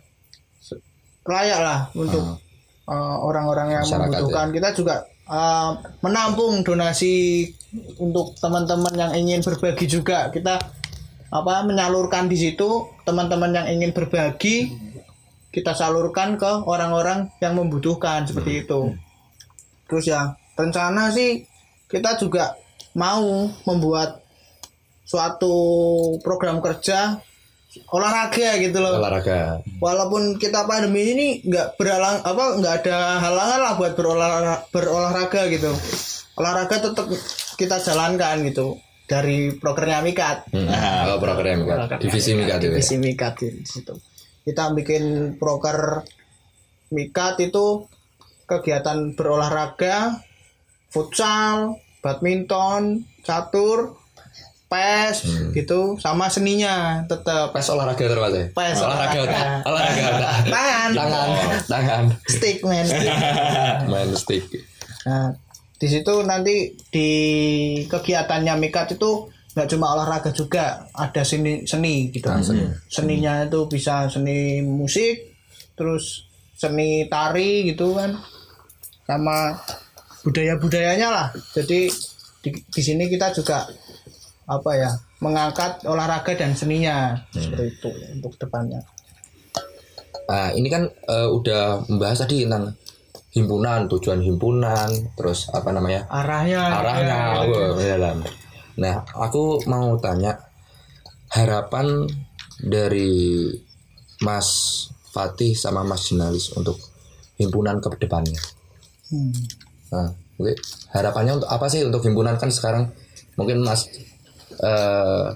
layak lah untuk uh, uh, orang-orang yang membutuhkan. Ya. Kita juga uh, menampung donasi untuk teman-teman yang ingin berbagi juga. Kita apa menyalurkan di situ, teman-teman yang ingin berbagi kita salurkan ke orang-orang yang membutuhkan seperti hmm. itu. Terus ya rencana sih kita juga mau membuat suatu program kerja olahraga gitu loh. Olahraga. Walaupun kita pandemi ini nggak beralang apa nggak ada halangan lah buat berolahraga, berolahraga gitu. Olahraga tetap kita jalankan gitu dari prokernya Mikat. Hmm. Nah, oh, prokernya Mikat. Divisi Mikat. Divisi Mikat di situ. Kita bikin proker Mikat itu kegiatan berolahraga, futsal, badminton, catur, pes hmm. gitu, sama seninya tetap. Pes olahraga terus ya. Pes olahraga. Olahraga. Olahraga. Tangan. Tangan. Tangan. Stick man. Main stick. Nah, di situ nanti di kegiatannya Mikat itu nggak cuma olahraga juga, ada seni seni gitu. Nah, seni. Seninya itu bisa seni musik, terus seni tari gitu kan, sama budaya-budayanya lah. Jadi di, di sini kita juga apa ya, mengangkat olahraga dan seninya hmm. seperti itu untuk depannya. Nah, ini kan uh, udah membahas tadi tentang himpunan, tujuan himpunan, terus apa namanya? Arahnya. Arahnya. Ya, ya. Dalam. Nah, aku mau tanya harapan dari Mas Fatih sama Mas Jinalis untuk himpunan ke depannya. Hmm. Nah, oke. Harapannya untuk apa sih untuk himpunan? Kan sekarang mungkin Mas uh,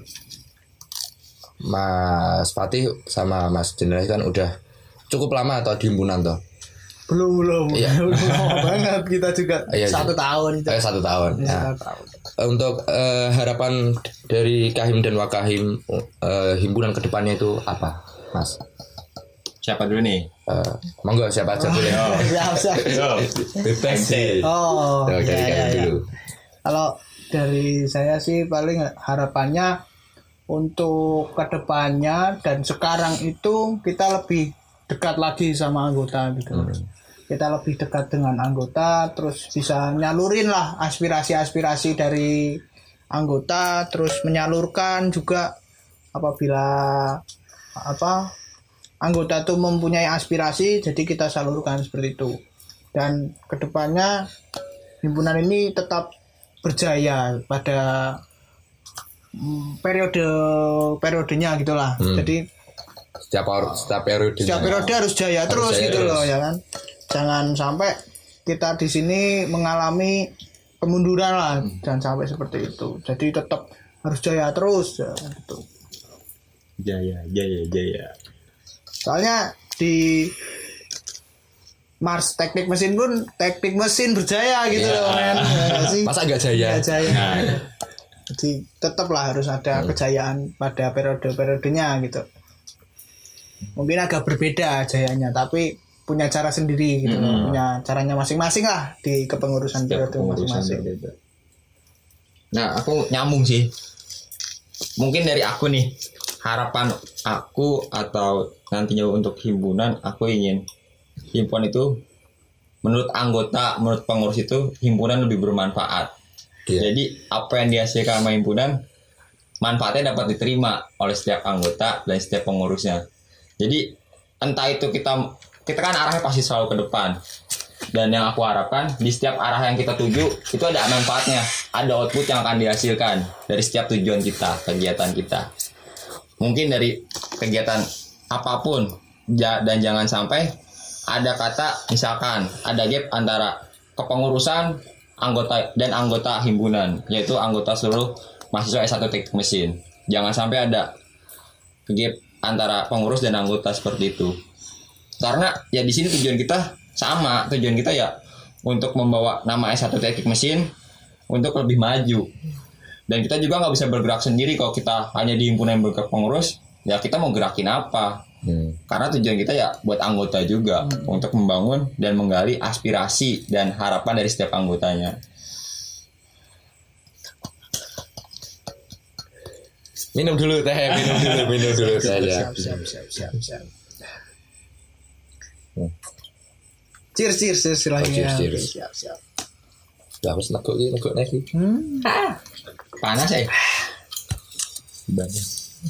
Mas Fatih sama Mas Jinalis kan udah cukup lama atau di himpunan toh? Belum belum. Iya. Belum lama banget, kita juga iya, satu iya. tahun. Itu. Eh, satu tahun. Ya, nah, satu tahun. Untuk uh, harapan dari Kahim dan Wakahim uh, himpunan kedepannya itu apa, Mas? Siapa dulu nih? Uh, monggo siapa aja boleh. Oh, siap siap. Bebas sih. Oh, dari ya, Kahim ya, dulu. Ya. Kalau dari saya sih paling harapannya untuk kedepannya dan sekarang itu kita lebih dekat lagi sama anggota gitu. Hmm. Kita lebih dekat dengan anggota, terus bisa nyalurin lah aspirasi-aspirasi dari anggota, terus menyalurkan juga apabila apa anggota itu mempunyai aspirasi, jadi kita salurkan seperti itu. Dan kedepannya himpunan ini tetap berjaya pada periode periodenya gitulah. Hmm. Jadi setiap setiap periode setiap periode harus jaya harus terus jaya gitu terus. Loh ya kan. Jangan sampai kita di sini mengalami kemunduran lah, hmm. jangan sampai seperti itu. Jadi tetap harus jaya terus ya, gitu. Jaya, jaya, jaya. Soalnya di Mars teknik mesin pun teknik mesin berjaya gitu yeah. loh men. Ya, sih? Masa enggak jaya? Gak jaya. Nah. Jadi tetaplah harus ada hmm. kejayaan pada periode-periodenya gitu. Mungkin agak berbeda jayanya, tapi punya cara sendiri gitu hmm. loh. Punya caranya masing-masing lah di kepengurusan periode masing-masing. Berbeda. Nah, aku nyambung sih. Mungkin dari aku nih, harapan aku atau nantinya untuk himpunan, aku ingin himpunan itu menurut anggota, menurut pengurus itu himpunan lebih bermanfaat. Yeah. Jadi apa yang dihasilkan sama himpunan manfaatnya dapat diterima oleh setiap anggota dan setiap pengurusnya. Jadi entah itu kita kita kan arahnya pasti selalu ke depan. Dan yang aku harapkan di setiap arah yang kita tuju itu ada manfaatnya, ada output yang akan dihasilkan dari setiap tujuan kita, kegiatan kita. Mungkin dari kegiatan apapun dan jangan sampai ada kata misalkan ada gap antara kepengurusan anggota dan anggota himpunan, yaitu anggota seluruh mahasiswa S satu Teknik Mesin. Jangan sampai ada gap antara pengurus dan anggota seperti itu. Karena ya di sini tujuan kita sama, tujuan kita ya untuk membawa nama S satu Teknik Mesin untuk lebih maju. Dan kita juga nggak bisa bergerak sendiri kalau kita hanya di himpunan yang bergerak pengurus, ya kita mau gerakin apa? Hmm. Karena tujuan kita ya buat anggota juga, hmm. untuk membangun dan menggali aspirasi dan harapan dari setiap anggotanya. Minum dulu teh, minum dulu, minum dulu teh. Siap, siap, siap, siap, siap. Hmm. Cheers, cheers, cheers lagi. Oh, cheers, cheers. Siap, siap. Ya harus nekuk iki, nekuk lagi. Hmm. Ah. Panas ya? Banyak.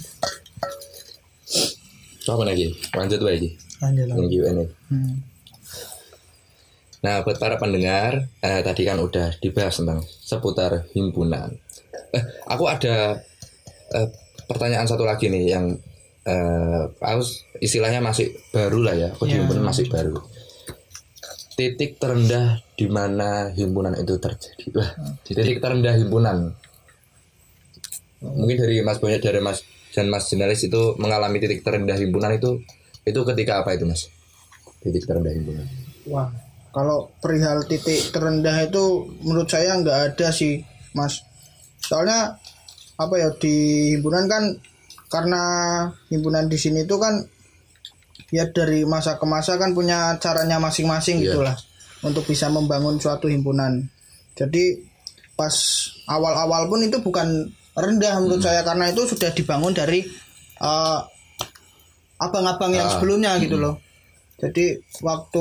Apa lagi? Lanjut lagi. Lanjut lagi. Hmm. Nah, buat para pendengar, eh, tadi kan udah dibahas tentang seputar himpunan. Eh, aku ada eh, pertanyaan satu lagi nih yang eh, aku istilahnya masih baru lah ya. Aku di himpunan masih baru. Titik terendah di mana himpunan itu terjadi. Wah, titik terendah himpunan. Mungkin dari Mas Banyak, dari Mas dan Mas Jinalis itu mengalami titik terendah himpunan itu itu ketika apa itu Mas? Titik terendah himpunan. Wah, kalau perihal titik terendah itu menurut saya nggak ada sih Mas. Soalnya apa ya, di himpunan kan, karena himpunan di sini itu kan ya dari masa ke masa kan punya caranya masing-masing, yeah. Gitulah untuk bisa membangun suatu himpunan. Jadi pas awal-awal pun itu bukan rendah menurut hmm. saya, karena itu sudah dibangun dari uh, abang-abang yang ah. sebelumnya gitu loh. Jadi waktu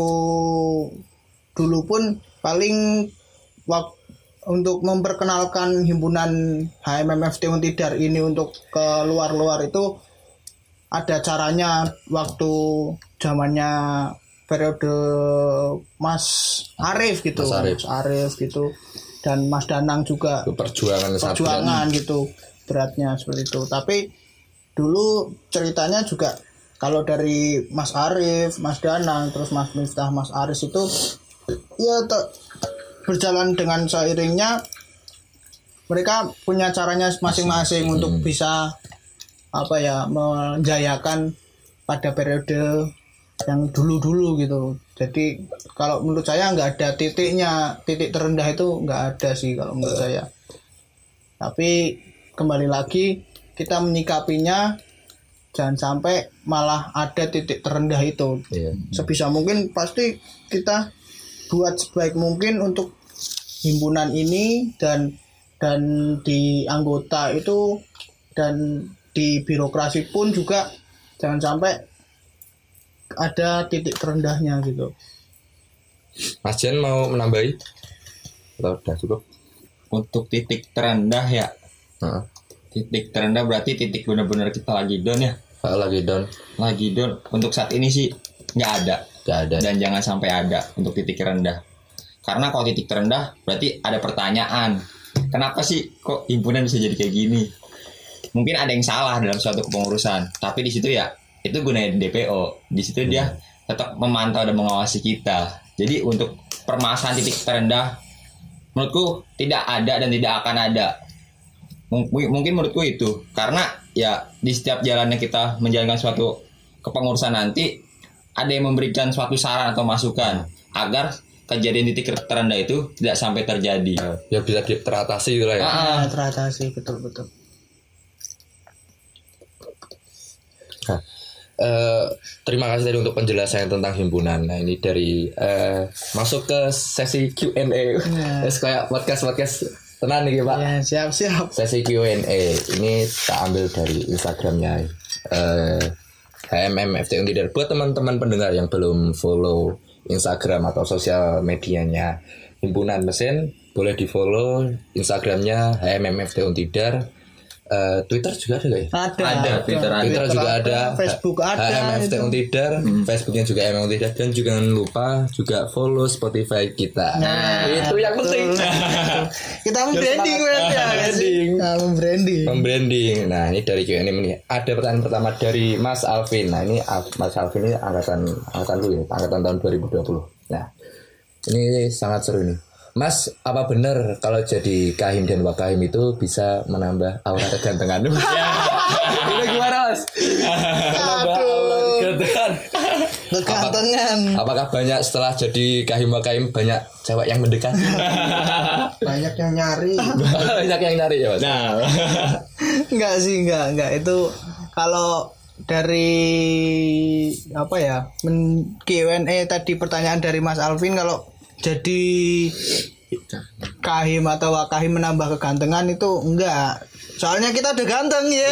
dulu pun paling waktu untuk memperkenalkan himpunan H M M F T Untidar ini untuk ke luar-luar itu ada caranya waktu zamannya periode Mas Arif gitu, Mas Arif, Mas Arif gitu, dan Mas Danang juga perjuangan perjuangan gitu beratnya seperti itu. Tapi dulu ceritanya juga kalau dari Mas Arif, Mas Danang, terus Mas Miftah, Mas Aris itu ya te- berjalan dengan seiringnya mereka punya caranya masing-masing hmm. untuk bisa apa ya menjayakan pada periode yang dulu-dulu gitu. Jadi kalau menurut saya nggak ada titiknya, titik terendah itu nggak ada sih kalau menurut saya. Tapi kembali lagi kita menyikapinya jangan sampai malah ada titik terendah itu. Iya. Sebisa mungkin pasti kita buat sebaik mungkin untuk himpunan ini dan dan di anggota itu dan di birokrasi pun juga jangan sampai ada titik terendahnya gitu. Mas Jan mau menambahi? Atau udah cukup? Untuk titik terendah ya. Uh-huh. Titik terendah berarti titik benar-benar kita lagi down ya. Uh, lagi down. Lagi down. Untuk saat ini sih nggak ada. Nggak ada. Dan jangan sampai ada untuk titik terendah. Karena kalau titik terendah berarti ada pertanyaan. Kenapa sih kok himpunan bisa jadi kayak gini? Mungkin ada yang salah dalam suatu kepengurusan. Tapi di situ ya itu gunain D P O. Di situ hmm. dia tetap memantau dan mengawasi kita. Jadi untuk permasalahan titik terendah menurutku tidak ada dan tidak akan ada. M- mungkin menurutku itu karena ya di setiap jalannya kita menjalankan suatu kepengurusan nanti ada yang memberikan suatu saran atau masukan agar kejadian titik terendah itu tidak sampai terjadi. Ya bisa teratasi gitu lah ya. Ah, teratasi betul-betul. Nah, uh, terima kasih tadi untuk penjelasan tentang himpunan. Nah ini dari uh, masuk ke sesi Q and A. Ya. Kayak podcast-podcast tenan nih Pak. Ya, siap-siap. Sesi Q and A ini tak ambil dari Instagramnya uh, H M M F T Untidar. Buat teman-teman pendengar yang belum follow Instagram atau sosial medianya himpunan mesin, boleh di follow Instagramnya H M M F T Untidar. Uh, Twitter juga ada nggak ya? Ada, ada. Twitter, ada. Twitter juga ada, ada. Facebook ada. H M M F T Untidar, hmm. Facebooknya juga H M M Untidar, dan juga jangan lupa juga follow Spotify kita. Nah, itu yang penting. Kita membranding ya, branding. Nah, membranding. Membranding. Nah, ini dari Q and A ini. Ada pertanyaan pertama dari Mas Alvin. Nah, ini Mas Alvin ini angkatan angkatan lu ya, angkatan tahun dua ribu dua puluh. Nah, ini sangat seru nih. Mas, apa benar kalau jadi kahim dan wakahim itu bisa menambah aura kegantengan? Ini gimana Mas? Menambah aura kegantengan. Kegantengan. Apa, apakah banyak setelah jadi kahim wakahim banyak cewek yang mendekat? Banyak yang nyari. Banyak yang nyari ya Mas? Nah. Enggak sih, enggak, enggak. Itu kalau dari apa ya? Men Q and A tadi pertanyaan dari Mas Alvin, kalau jadi kahim atau wakahim menambah kegantengan itu enggak. Soalnya kita udah ganteng ya.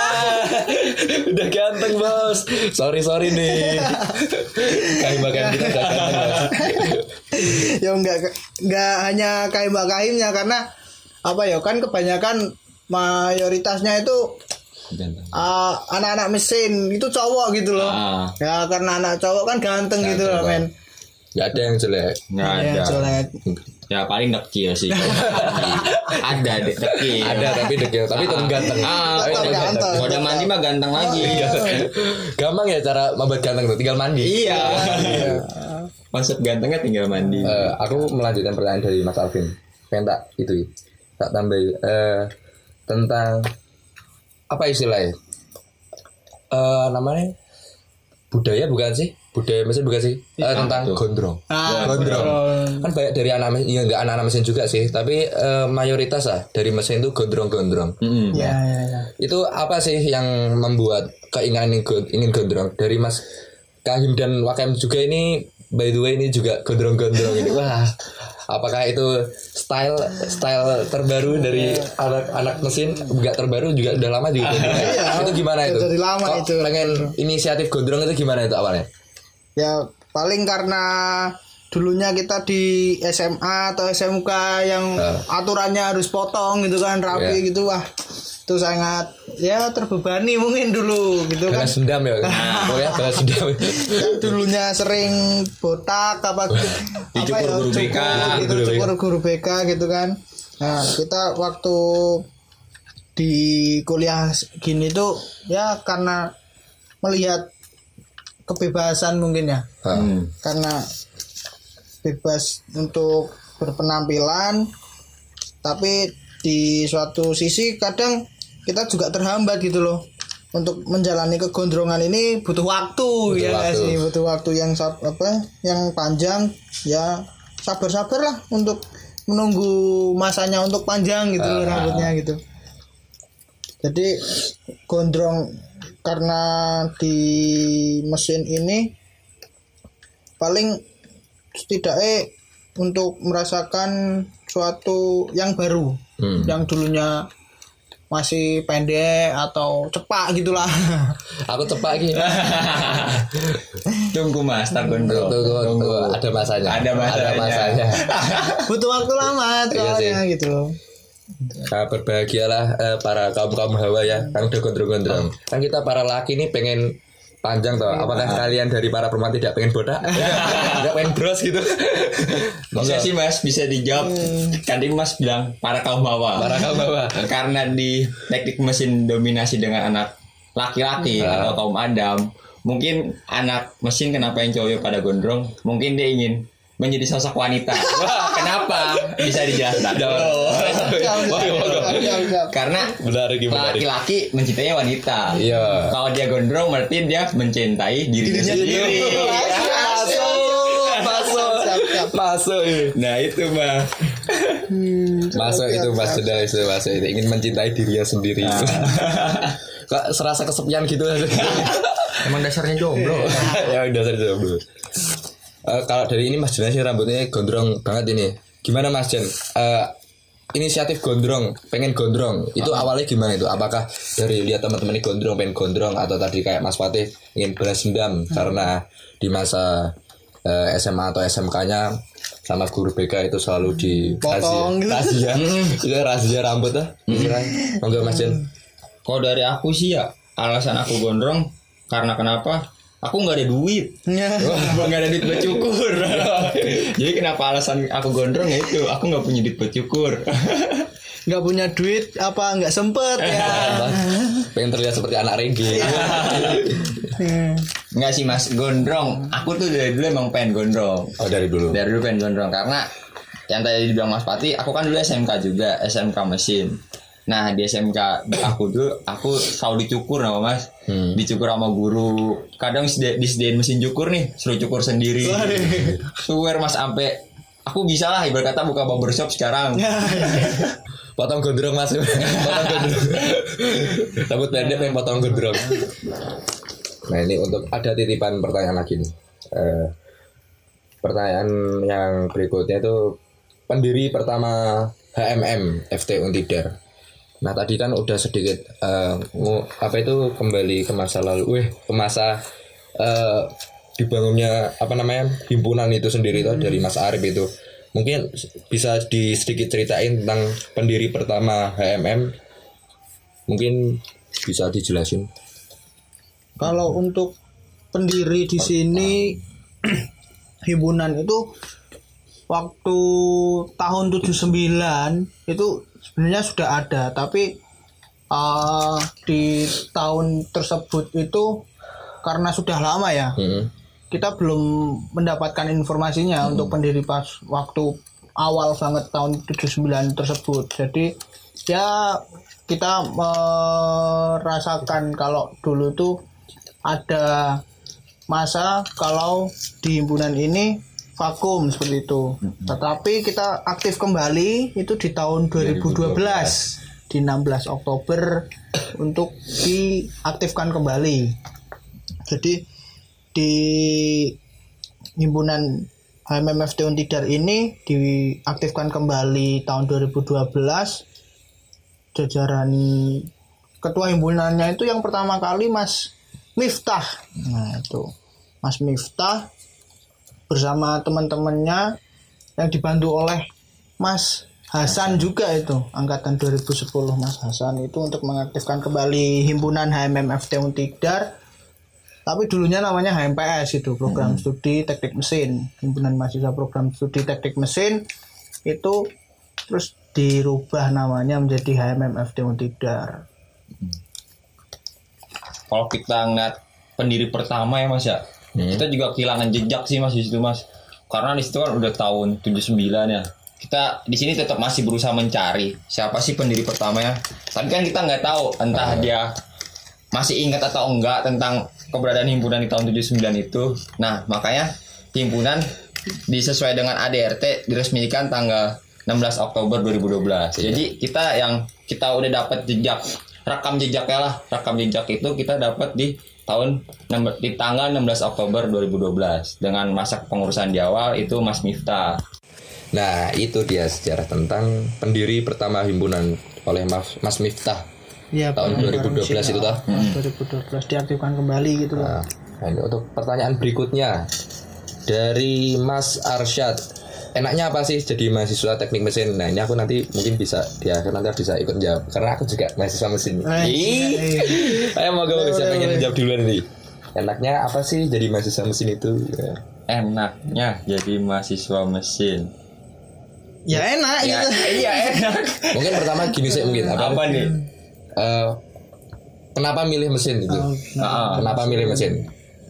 Yeah, udah ganteng bos. Sorry sorry nih. Kahim wakahim kita udah ganteng bos. Ya enggak enggak hanya kahim wakahimnya, karena apa ya, kan kebanyakan mayoritasnya itu uh, anak-anak mesin itu cowok gitu loh. Ah. Ya karena anak cowok kan ganteng, ganteng gitu loh men. Gak ada yang jelek. Gak ada yang jelek. Ya paling dekil sih. Ada dekil. Ada tapi dekil. Tapi tetap ganteng. Ah, tapi ganteng. Kalau udah mandi mah ganteng lagi. Gampang ya cara membuat ganteng tuh, tinggal mandi. Iya. Konsep gantengnya tinggal mandi. Uh, aku melanjutkan pertanyaan dari Mas Alvin. Pengen tak itu tak tambah uh, tentang apa istilahnya? Uh, namanya budaya bukan sih? Budaya mesin bukan sih? Uh, tentang tuh. Gondrong. Ah, gondrong. gondrong. Kan banyak dari anak mesin, ya enggak anak-anak mesin juga sih, tapi uh, mayoritas lah dari mesin itu gondrong-gondrong. Mm-hmm. Ya, ya, ya. Itu apa sih yang membuat keinginan ingin gondrong dari Mas Kahim dan Wakahim juga ini, by the way ini juga gondrong-gondrong ini. Wah, Apakah itu style style terbaru dari anak-anak mesin? Enggak terbaru juga udah lama juga. Iya, itu gimana itu? dari lama Kok itu. Pengen inisiatif gondrong itu gimana itu awalnya? Ya paling karena dulunya kita di S M A atau S M K yang uh. aturannya harus potong gitu kan, rapi yeah. gitu, wah itu sangat ya terbebani mungkin dulu gitu kan. Balas dendam ya. Oh ya, balas dendam. Dulunya sering botak apa dicukur ya, guru B K gitu, cukur guru B K gitu kan. Nah, kita waktu di kuliah gini tuh ya karena melihat kebebasan mungkin ya. Hmm. Karena bebas untuk berpenampilan, tapi di suatu sisi kadang kita juga terhambat gitu loh. Untuk menjalani kegondrongan ini butuh waktu, butuh ya waktu. sih butuh waktu yang apa yang panjang, ya sabar-sabar lah untuk menunggu masanya untuk panjang gitu uh. rambutnya gitu. Jadi gondrong karena di mesin ini paling setidaknya untuk merasakan suatu yang baru, hmm. yang dulunya masih pendek atau cepak gitulah. Aku cepak gitu. Tunggu mas, tak gondrong. Tunggu, tunggu, ada masanya. Ada masanya. Ada masanya. Butuh waktu lama soalnya iya gitu. Nah, berbahagialah eh, para kaum kaum hawa ya, kan udah gondrong-gondrong. Kan kita para laki nih pengen panjang toh. Apakah nah. kalian dari para perempuan tidak pengen bodak? Tidak pengen bros gitu? Bisa sih mas, bisa dijawab. Hmm. Tadi mas bilang para kaum hawa. Para kaum hawa. Karena di teknik mesin dominasi dengan anak laki-laki hmm. atau kaum Adam. Mungkin anak mesin kenapa yang cowok pada gondrong? Mungkin dia ingin menjadi sosok wanita. Wah, kenapa? Bisa dijelaskan. Oh. Karena laki-laki mencintai wanita. Iya. Kalau dia gondrong berarti dia mencintai dirinya sendiri. Masuk, masuk, masuk. Nah itu mah. Masuk itu mas sudah itu masuk itu ingin mencintai dirinya sendiri. Kok serasa kesepian gitu? Emang dasarnya jomblo. Ya dasarnya jomblo. Uh, kalau dari ini Mas Jan sih rambutnya gondrong banget ini. Gimana Mas Jan? Uh, inisiatif gondrong, pengen gondrong. Itu uh-huh. awalnya gimana itu? Apakah dari lihat teman-teman ini gondrong, pengen gondrong, atau tadi kayak Mas Fatih ingin balas dendam uh-huh. karena di masa uh, S M A atau S M K-nya sama guru B K itu selalu di potong gitu. Rahasia, itu rahasia rambut lah. Mm-hmm. Enggak Mas Jan? Kalau dari aku sih ya alasan aku gondrong karena kenapa? Aku nggak ada duit, nggak ada duit buat cukur. Jadi kenapa alasan aku gondrong ya itu, aku nggak punya duit buat cukur. Nggak punya duit apa nggak sempet ya? Pengen terlihat seperti anak reggae. Nggak sih mas, gondrong. Aku tuh dari dulu emang pengen gondrong. Oh dari dulu. Dari dulu pengen gondrong karena yang tadi dibilang Mas Pati, aku kan dulu S M K juga, S M K mesin. Nah di S M K aku dulu aku selalu dicukur sama mas, hmm. dicukur sama guru. Kadang disediain mesin cukur nih, suruh cukur sendiri. Suwer mas sampai aku bisa lah ibarat kata buka barbershop sekarang. Potong gondrong mas, potong gondrong. Rambut pendek pengen potong gondrong. Nah ini untuk ada titipan pertanyaan lagi nih. Uh, pertanyaan yang berikutnya itu pendiri pertama H M M F T Untidar. Nah tadi kan udah sedikit uh, apa itu kembali ke masa lalu, weh ke masa uh, dibangunnya apa namanya himpunan itu sendiri tuh hmm. dari Mas Arif itu. Mungkin bisa di sedikit ceritain tentang pendiri pertama H M M. Mungkin bisa dijelasin. Kalau untuk pendiri di sini himpunan itu waktu tahun tujuh puluh sembilan itu sebenarnya sudah ada, tapi uh, di tahun tersebut itu karena sudah lama ya, hmm. kita belum mendapatkan informasinya hmm. untuk pendiri pas waktu awal banget tahun tujuh puluh sembilan tersebut. Jadi ya kita merasakan kalau dulu tuh ada masa kalau di himpunan ini vakum seperti itu. Mm-hmm. Tetapi kita aktif kembali itu di tahun dua ribu dua belas di enam belas Oktober untuk diaktifkan kembali. Jadi di himpunan H M M F T Untidar ini diaktifkan kembali tahun dua ribu dua belas. Jajaran ketua himpunannya itu yang pertama kali Mas Miftah. Nah itu Mas Miftah bersama teman-temannya yang dibantu oleh Mas Hasan juga itu angkatan dua ribu sepuluh. Mas Hasan itu untuk mengaktifkan kembali himpunan H M M F T Untidar, tapi dulunya namanya H M P S itu, program hmm. studi teknik mesin, himpunan mahasiswa program studi teknik mesin itu, terus dirubah namanya menjadi H M M F T Untidar. Kalau kita ngeliat pendiri pertama ya Mas ya, hmm. kita juga kehilangan jejak sih Mas di situ Mas, karena di situ kan udah tahun tujuh puluh sembilan ya. Kita di sini tetap masih berusaha mencari siapa sih pendiri pertamanya. Tapi kan kita nggak tahu entah hmm. dia masih ingat atau enggak tentang keberadaan himpunan di tahun tujuh puluh sembilan itu. Nah makanya himpunan disesuai dengan A D R T diresmikan tanggal enam belas Oktober dua ribu dua belas. Jadi kita yang kita udah dapat jejak, rekam jejaknya lah, rekam jejak itu kita dapat di tahun di tanggal enam belas Oktober dua ribu dua belas dengan masa pengurusan di awal itu Mas Miftah. Nah itu dia sejarah tentang pendiri pertama himpunan oleh Mas Miftah ya, tahun dua ribu dua belas itu toh. Hmm. dua ribu dua belas diaktifkan kembali gitu loh. Nah, nah untuk pertanyaan berikutnya dari Mas Arsyad, enaknya apa sih jadi mahasiswa teknik mesin? Nah ini aku nanti mungkin bisa di akhir nanti bisa ikut jawab karena aku juga mahasiswa mesin. Ih, ayo mau gak bisa pengen jawab duluan nih. Enaknya apa sih jadi mahasiswa mesin itu? Ya. Enaknya jadi mahasiswa mesin. Ya enak ya, gitu. Iya enak. Mungkin pertama gini sih mungkin apa, apa nih? Uh, kenapa milih mesin itu? Oh, nah, kenapa milih mesin?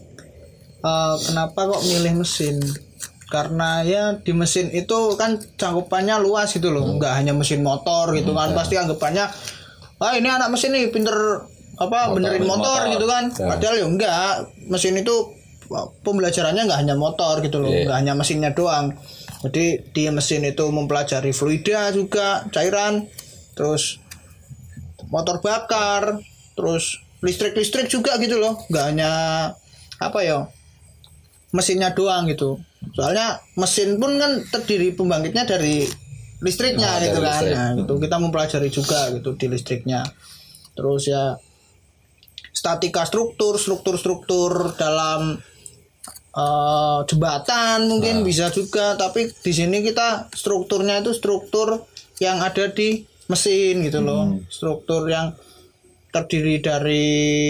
Uh, kenapa kok milih mesin? Karena ya di mesin itu kan cangkupannya luas gitu loh, hmm. nggak hanya mesin motor gitu kan, hmm. pasti anggapannya, ah ini anak mesin nih pinter apa motor, benerin motor, motor gitu kan, ya. Padahal ya enggak, mesin itu pembelajarannya nggak hanya motor gitu loh, nggak yeah. hanya mesinnya doang. Jadi di mesin itu mempelajari fluida juga, cairan, terus motor bakar, terus listrik-listrik juga gitu loh, nggak hanya apa ya mesinnya doang gitu. Soalnya mesin pun kan terdiri pembangkitnya dari listriknya nah, gitu kan. Listrik. Nah, itu kita mempelajari juga gitu di listriknya. Terus ya statika struktur, struktur-struktur dalam uh, jembatan mungkin nah. bisa juga, tapi di sini kita strukturnya itu struktur yang ada di mesin gitu loh. Hmm. Struktur yang terdiri dari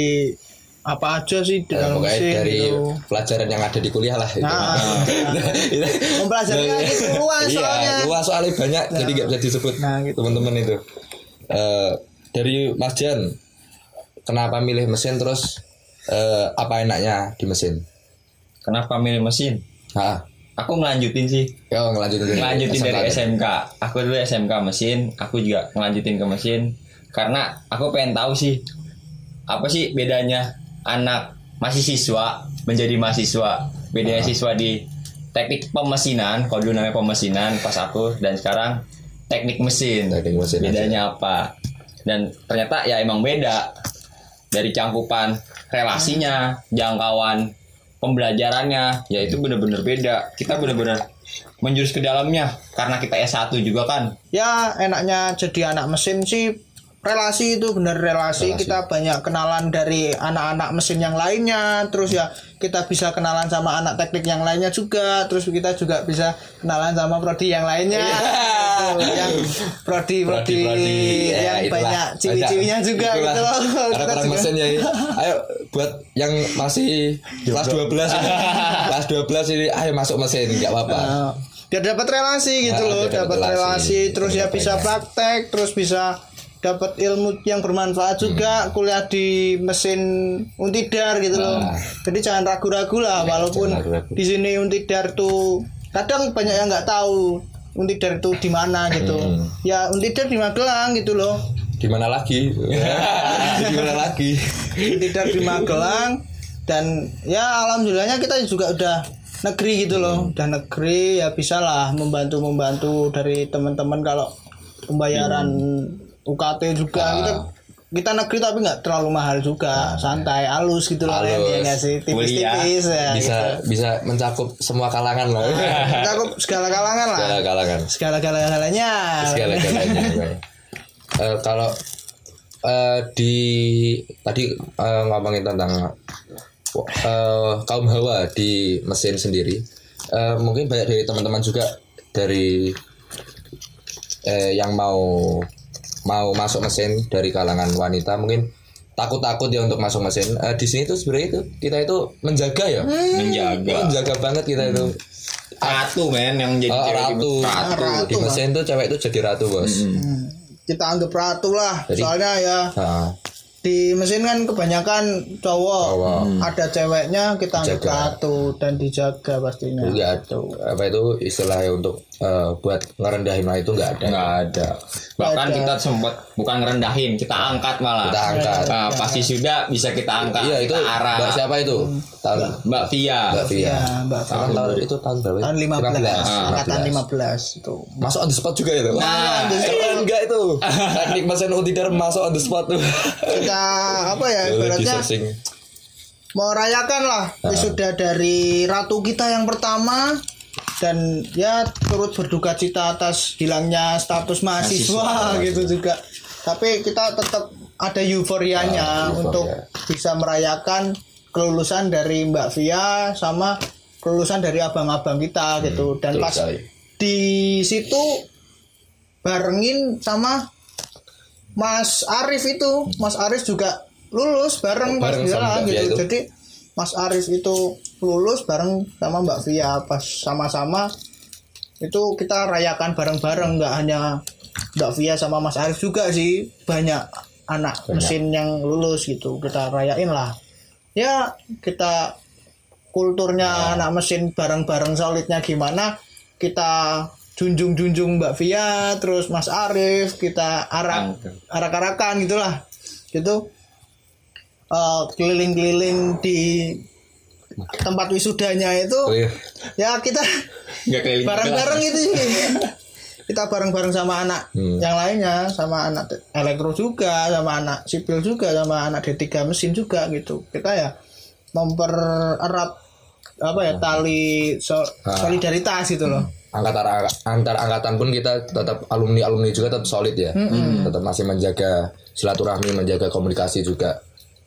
apa aja sih dalam ya, mesin dari gitu. Pelajaran yang ada di kuliah lah gitu. Nah, nah. Mempelajarinya gitu luas iya, soalnya. Luas soalnya banyak nah. jadi nggak bisa disebut nah, gitu. Teman-teman itu. Uh, dari Mas Jan, kenapa milih mesin terus uh, apa enaknya di mesin? Kenapa milih mesin? Hah? Aku ngelanjutin sih. Oh, ngelanjutin. Ngelanjutin dari S M K. Aku dulu S M K mesin, aku juga ngelanjutin ke mesin karena aku pengen tahu sih apa sih bedanya anak masih siswa menjadi mahasiswa. Bedanya uh. siswa di teknik pemesinan, kalau dulu namanya pemesinan pas aku, dan sekarang teknik mesin. Teknik mesin bedanya aja. Apa? Dan ternyata ya emang beda. Dari cangkupan relasinya, jangkauan pembelajarannya, ya itu benar-benar beda. Kita benar-benar menjurus ke dalamnya karena kita S satu juga kan. Ya enaknya jadi anak mesin sih relasi itu benar relasi. relasi kita banyak kenalan dari anak-anak mesin yang lainnya, terus ya kita bisa kenalan sama anak teknik yang lainnya juga, terus kita juga bisa kenalan sama prodi yang lainnya yeah. gitu, yang prodi prodi yang ya, banyak ciwi-ciwinya juga itulah. Gitu loh orang-orang mesin ya. Ayo buat yang masih kelas dua belas ini kelas dua belas ini ayo masuk mesin nggak apa-apa. Nah, biar dapat relasi gitu nah, loh, dapat relasi, relasi terus ya bisa praktek, terus bisa dapat ilmu yang bermanfaat juga. hmm. Kuliah di mesin Untidar gitu loh. Nah. Jadi jangan ragu-ragu lah ya, walaupun ragu-ragu. Di sini Untidar tuh kadang banyak yang nggak tahu Untidar itu di mana gitu. Hmm. Ya Untidar di Magelang gitu loh. Di mana lagi? Di mana lagi? Untidar di Magelang, dan ya alhamdulillahnya kita juga udah negeri gitu loh. Hmm. Udah negeri ya bisa lah membantu-membantu dari teman-teman kalau pembayaran hmm. U K T juga. ah. Kita kita negeri tapi nggak terlalu mahal juga, santai, halus gitu loh, ya nggak sih, tipis-tipis ya. Bisa gitu. bisa mencakup semua kalangan loh. Mencakup segala kalangan lah. Segala kalangan. Segala kalangannya. Segala kalangannya. uh, kalau uh, di tadi uh, ngomongin tentang uh, kaum hawa di mesin sendiri, uh, mungkin banyak dari teman-teman juga dari uh, yang mau mau masuk mesin dari kalangan wanita mungkin takut-takut ya untuk masuk mesin. Uh, di sini tuh sebenarnya itu kita itu menjaga ya, hmm. menjaga, menjaga banget kita itu. Ratu men yang jadi oh, ratu. ratu. ratu. Di mesin tuh cewek itu jadi ratu bos. Hmm. Kita anggap ratu lah, jadi, soalnya ya. Ha. Di mesin kan kebanyakan cowok, cowok. Ada ceweknya kita anggap ratu dan dijaga pastinya. Enggak ada. Apa itu istilahnya untuk uh, buat ngerendahin lah itu enggak ada. Enggak ada. Bahkan ada. Kita sempat bukan ngerendahin, kita angkat malah. Kita angkat. Nah, pasti sudah bisa kita angkat. Iya itu. Arah. Mbak siapa itu? Tahun Mbak Via. Mbak Via. Ya, Mbak Via. Tahun, tahun itu tahun berapa? Tahun lima belas. Angkatan lima belas itu. Masuk on the spot juga itu. Nah, keren enggak itu? Teknik mesin Untidar masuk on the spot tuh. Kita apa ya? Ya, ibaratnya mau rayakan lah wisuda dari ratu kita yang pertama dan ya turut berduka cita atas hilangnya status mahasiswa, mahasiswa gitu juga. Tapi kita tetap ada euforianya ah, untuk euforia. Bisa merayakan kelulusan dari Mbak Via sama kelulusan dari abang-abang kita hmm, gitu. Dan pas sekali. Di situ barengin sama Mas Arif itu, Mas Arif juga lulus bareng, bareng pas dia gitu. Itu. Jadi Mas Arif itu lulus bareng sama Mbak Via pas sama-sama itu kita rayakan bareng-bareng, nggak hanya Mbak Via sama Mas Arif juga sih, banyak anak banyak. Mesin yang lulus gitu kita rayain lah. Ya kita kulturnya ya. Anak mesin bareng-bareng solidnya gimana kita junjung-junjung Mbak Via terus Mas Arif kita arak arak-arakan gitulah gitu. Uh, keliling-keliling di tempat wisudanya itu oh, iya. Ya kita bareng-bareng itu sih kita bareng-bareng sama anak hmm. yang lainnya, sama anak elektro juga, sama anak sipil juga, sama anak D tiga mesin juga gitu. Kita ya mempererat apa ya tali so, solidaritas gitu loh. Antar antar angkatan pun kita tetap alumni alumni juga tetap solid ya, hmm. tetap masih menjaga silaturahmi, menjaga komunikasi juga.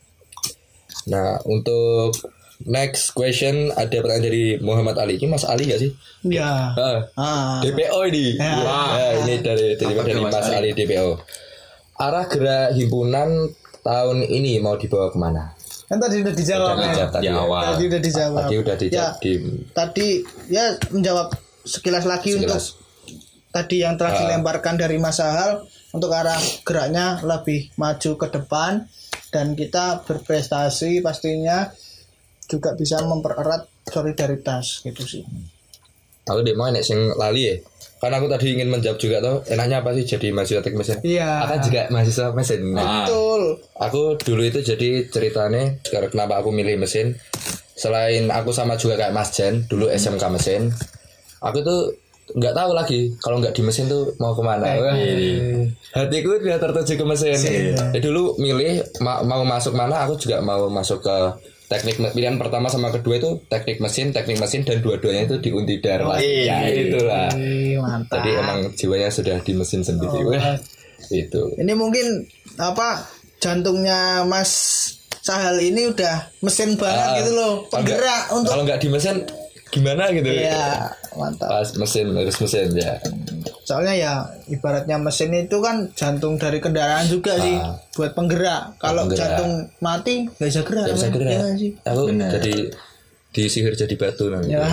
Nah, untuk next question ada pertanyaan dari Muhammad Ali. Ini Mas Ali gak sih? Iya. Ah. Ah. D P O ini. Ya. Ya, ini dari dari, dari Mas, Mas Ali D P O. Arah gerak himpunan tahun ini mau dibawa kemana? Kan tadi udah dijawab. Udah dijawab tadi, ya. awal. Tadi udah dijawab. Tadi udah dijawab. Ya, di... Tadi ya menjawab sekilas lagi sekilas. Untuk tadi yang telah ah. dilemparkan dari Mas Sahal untuk arah geraknya lebih maju ke depan. Dan kita berprestasi pastinya juga bisa mempererat solidaritas gitu sih. Aku deh mau nek sing lali ya. Karena aku tadi ingin menjawab juga tuh enaknya apa sih jadi mahasiswa teknik mesin? Iya. Akan juga mahasiswa mesin. Nah, betul. Aku dulu itu jadi ceritanya sekarang kenapa aku milih mesin. Selain aku sama juga kayak Mas Jan dulu S M K mesin. Aku tuh nggak tahu lagi kalau nggak di mesin tuh mau kemana. Wah, hatiku udah tertuju ke mesin. Ya, dulu milih ma- mau masuk mana, aku juga mau masuk ke teknik. Pilihan pertama sama kedua itu teknik mesin, teknik mesin dan dua-duanya itu di Untidar. Oh, ya itulah. Mantap. Jadi emang jiwanya sudah di mesin sendiri. Oh, wah, itu. Ini mungkin apa jantungnya Mas Sahal ini udah mesin banget uh, gitu loh, penggerak untuk. Kalau nggak di mesin gimana gitu. Iya, mantap. Pas mesin harus mesin ya. Soalnya ya ibaratnya mesin itu kan jantung dari kendaraan juga ah. sih buat penggerak. Kalau jantung mati nggak bisa gerak. Nggak bisa gerak. Ya, sih? Aku bener. Jadi disihir jadi batu nanti. Ya.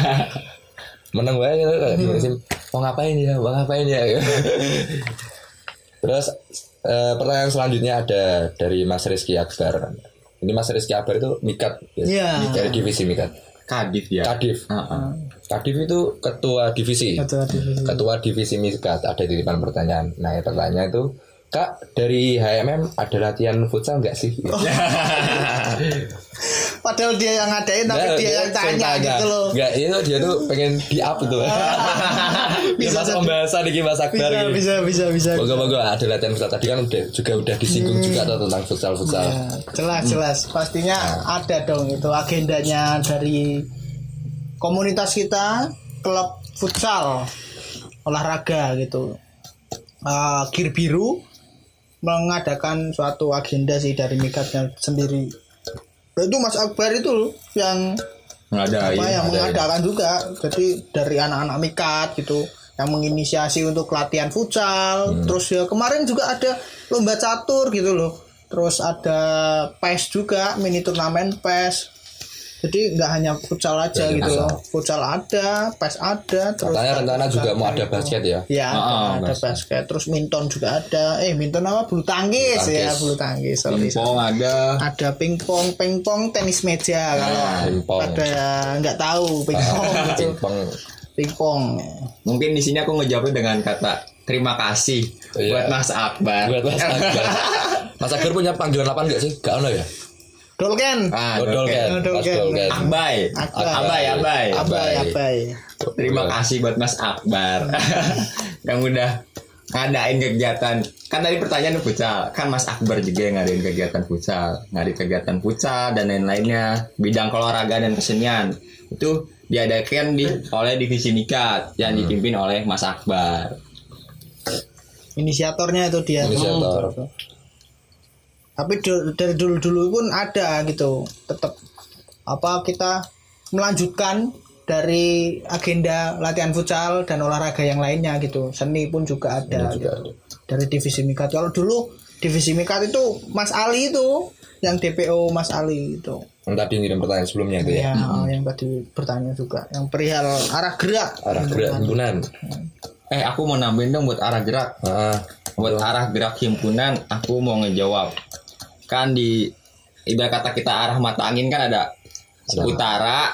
Menang banget gitu kayak hmm. mesin. Mau ngapain ya? Mau ngapain ya? Terus eh, pertanyaan selanjutnya ada dari Mas Rizky Akbar. Ini Mas Rizky Akbar itu Mikat ya. Dari divisi Mikat. Kadif ya. Kadif. Uh-uh. Kadif itu ketua divisi. Ketua divisi. Ketua divisi Mikat. Ada titipan pertanyaan. Nah, pertanyaan itu, Kak, dari H M M ada latihan futsal nggak sih? Oh. Padahal dia yang ngadain tapi nah, dia, dia yang tanya, tanya gitu loh. Nggak, itu dia tuh pengen di up itu. bisa Mas pembahasan iki Mas Akbar bisa, iki. bisa bisa bisa Moga-moga ada latihan futsal tadi kan udah juga udah disinggung hmm. juga tuh tentang futsal-futsal. Ya, jelas jelas pastinya nah. ada dong itu agendanya dari komunitas kita, klub futsal olahraga gitu. Uh, Gear Biru mengadakan suatu agenda sih dari mikatnya sendiri. Itu Mas Akbar itu loh yang Ngadain, apa yang mengadakan juga. Jadi dari anak-anak mikat gitu yang menginisiasi untuk latihan futsal. Hmm. Terus ya kemarin juga ada lomba catur gitu loh. Terus ada P E S juga, mini turnamen P E S. Jadi nggak hanya futsal aja ya, gitu loh. Futsal ada, P E S ada. Terus katanya rencana juga mau ada basket ya? Ya, oh, ada basket. basket. Terus minton juga ada. Eh, minton apa? Bulu tangkis, bulu tangkis. ya, bulu tangkis. Pingpong ada. Ada pingpong, pingpong tenis meja kalau pingpong. Ada nggak tahu pingpong ah, gitu. Pingpong. Pingpong. Mungkin di sini aku ngejawabnya dengan kata terima kasih oh, iya. buat Mas Akbar. Buat Mas Akbar. Mas Akbar punya panggilan apa enggak sih? Gak ono ya? Dolken. Ah, oh, Dolken. Dolken. Akbai. Akbai, Akbai. Abai, Abai. Terima kasih buat Mas Akbar yang udah ngadain kegiatan. Kan tadi pertanyaan futsal, kan Mas Akbar juga yang ngadain kegiatan futsal, ngadain kegiatan futsal dan lain-lainnya, bidang keolahragaan dan kesenian. Itu diadakan di oleh divisi Mikat yang dipimpin oleh Mas Akbar. Inisiatornya itu dia. Inisiator. Hmm. Tapi dari dulu-dulu pun ada gitu, tetap apa kita melanjutkan dari agenda latihan futsal dan olahraga yang lainnya gitu. Seni pun juga ada, juga gitu. Ada. Dari divisi Mikat. Kalau dulu divisi Mikat itu Mas Ali itu yang D P O Mas Ali itu. Yang tadi ngirim pertanyaan sebelumnya itu ya. Ya, hmm. yang tadi bertanya juga, yang perihal arah gerak. Arah gerak himpunan. Eh, aku mau nambahin dong buat arah gerak. Ah, buat arah gerak himpunan, aku mau ngejawab. Kan di ibarat kata kita arah mata angin kan ada utara,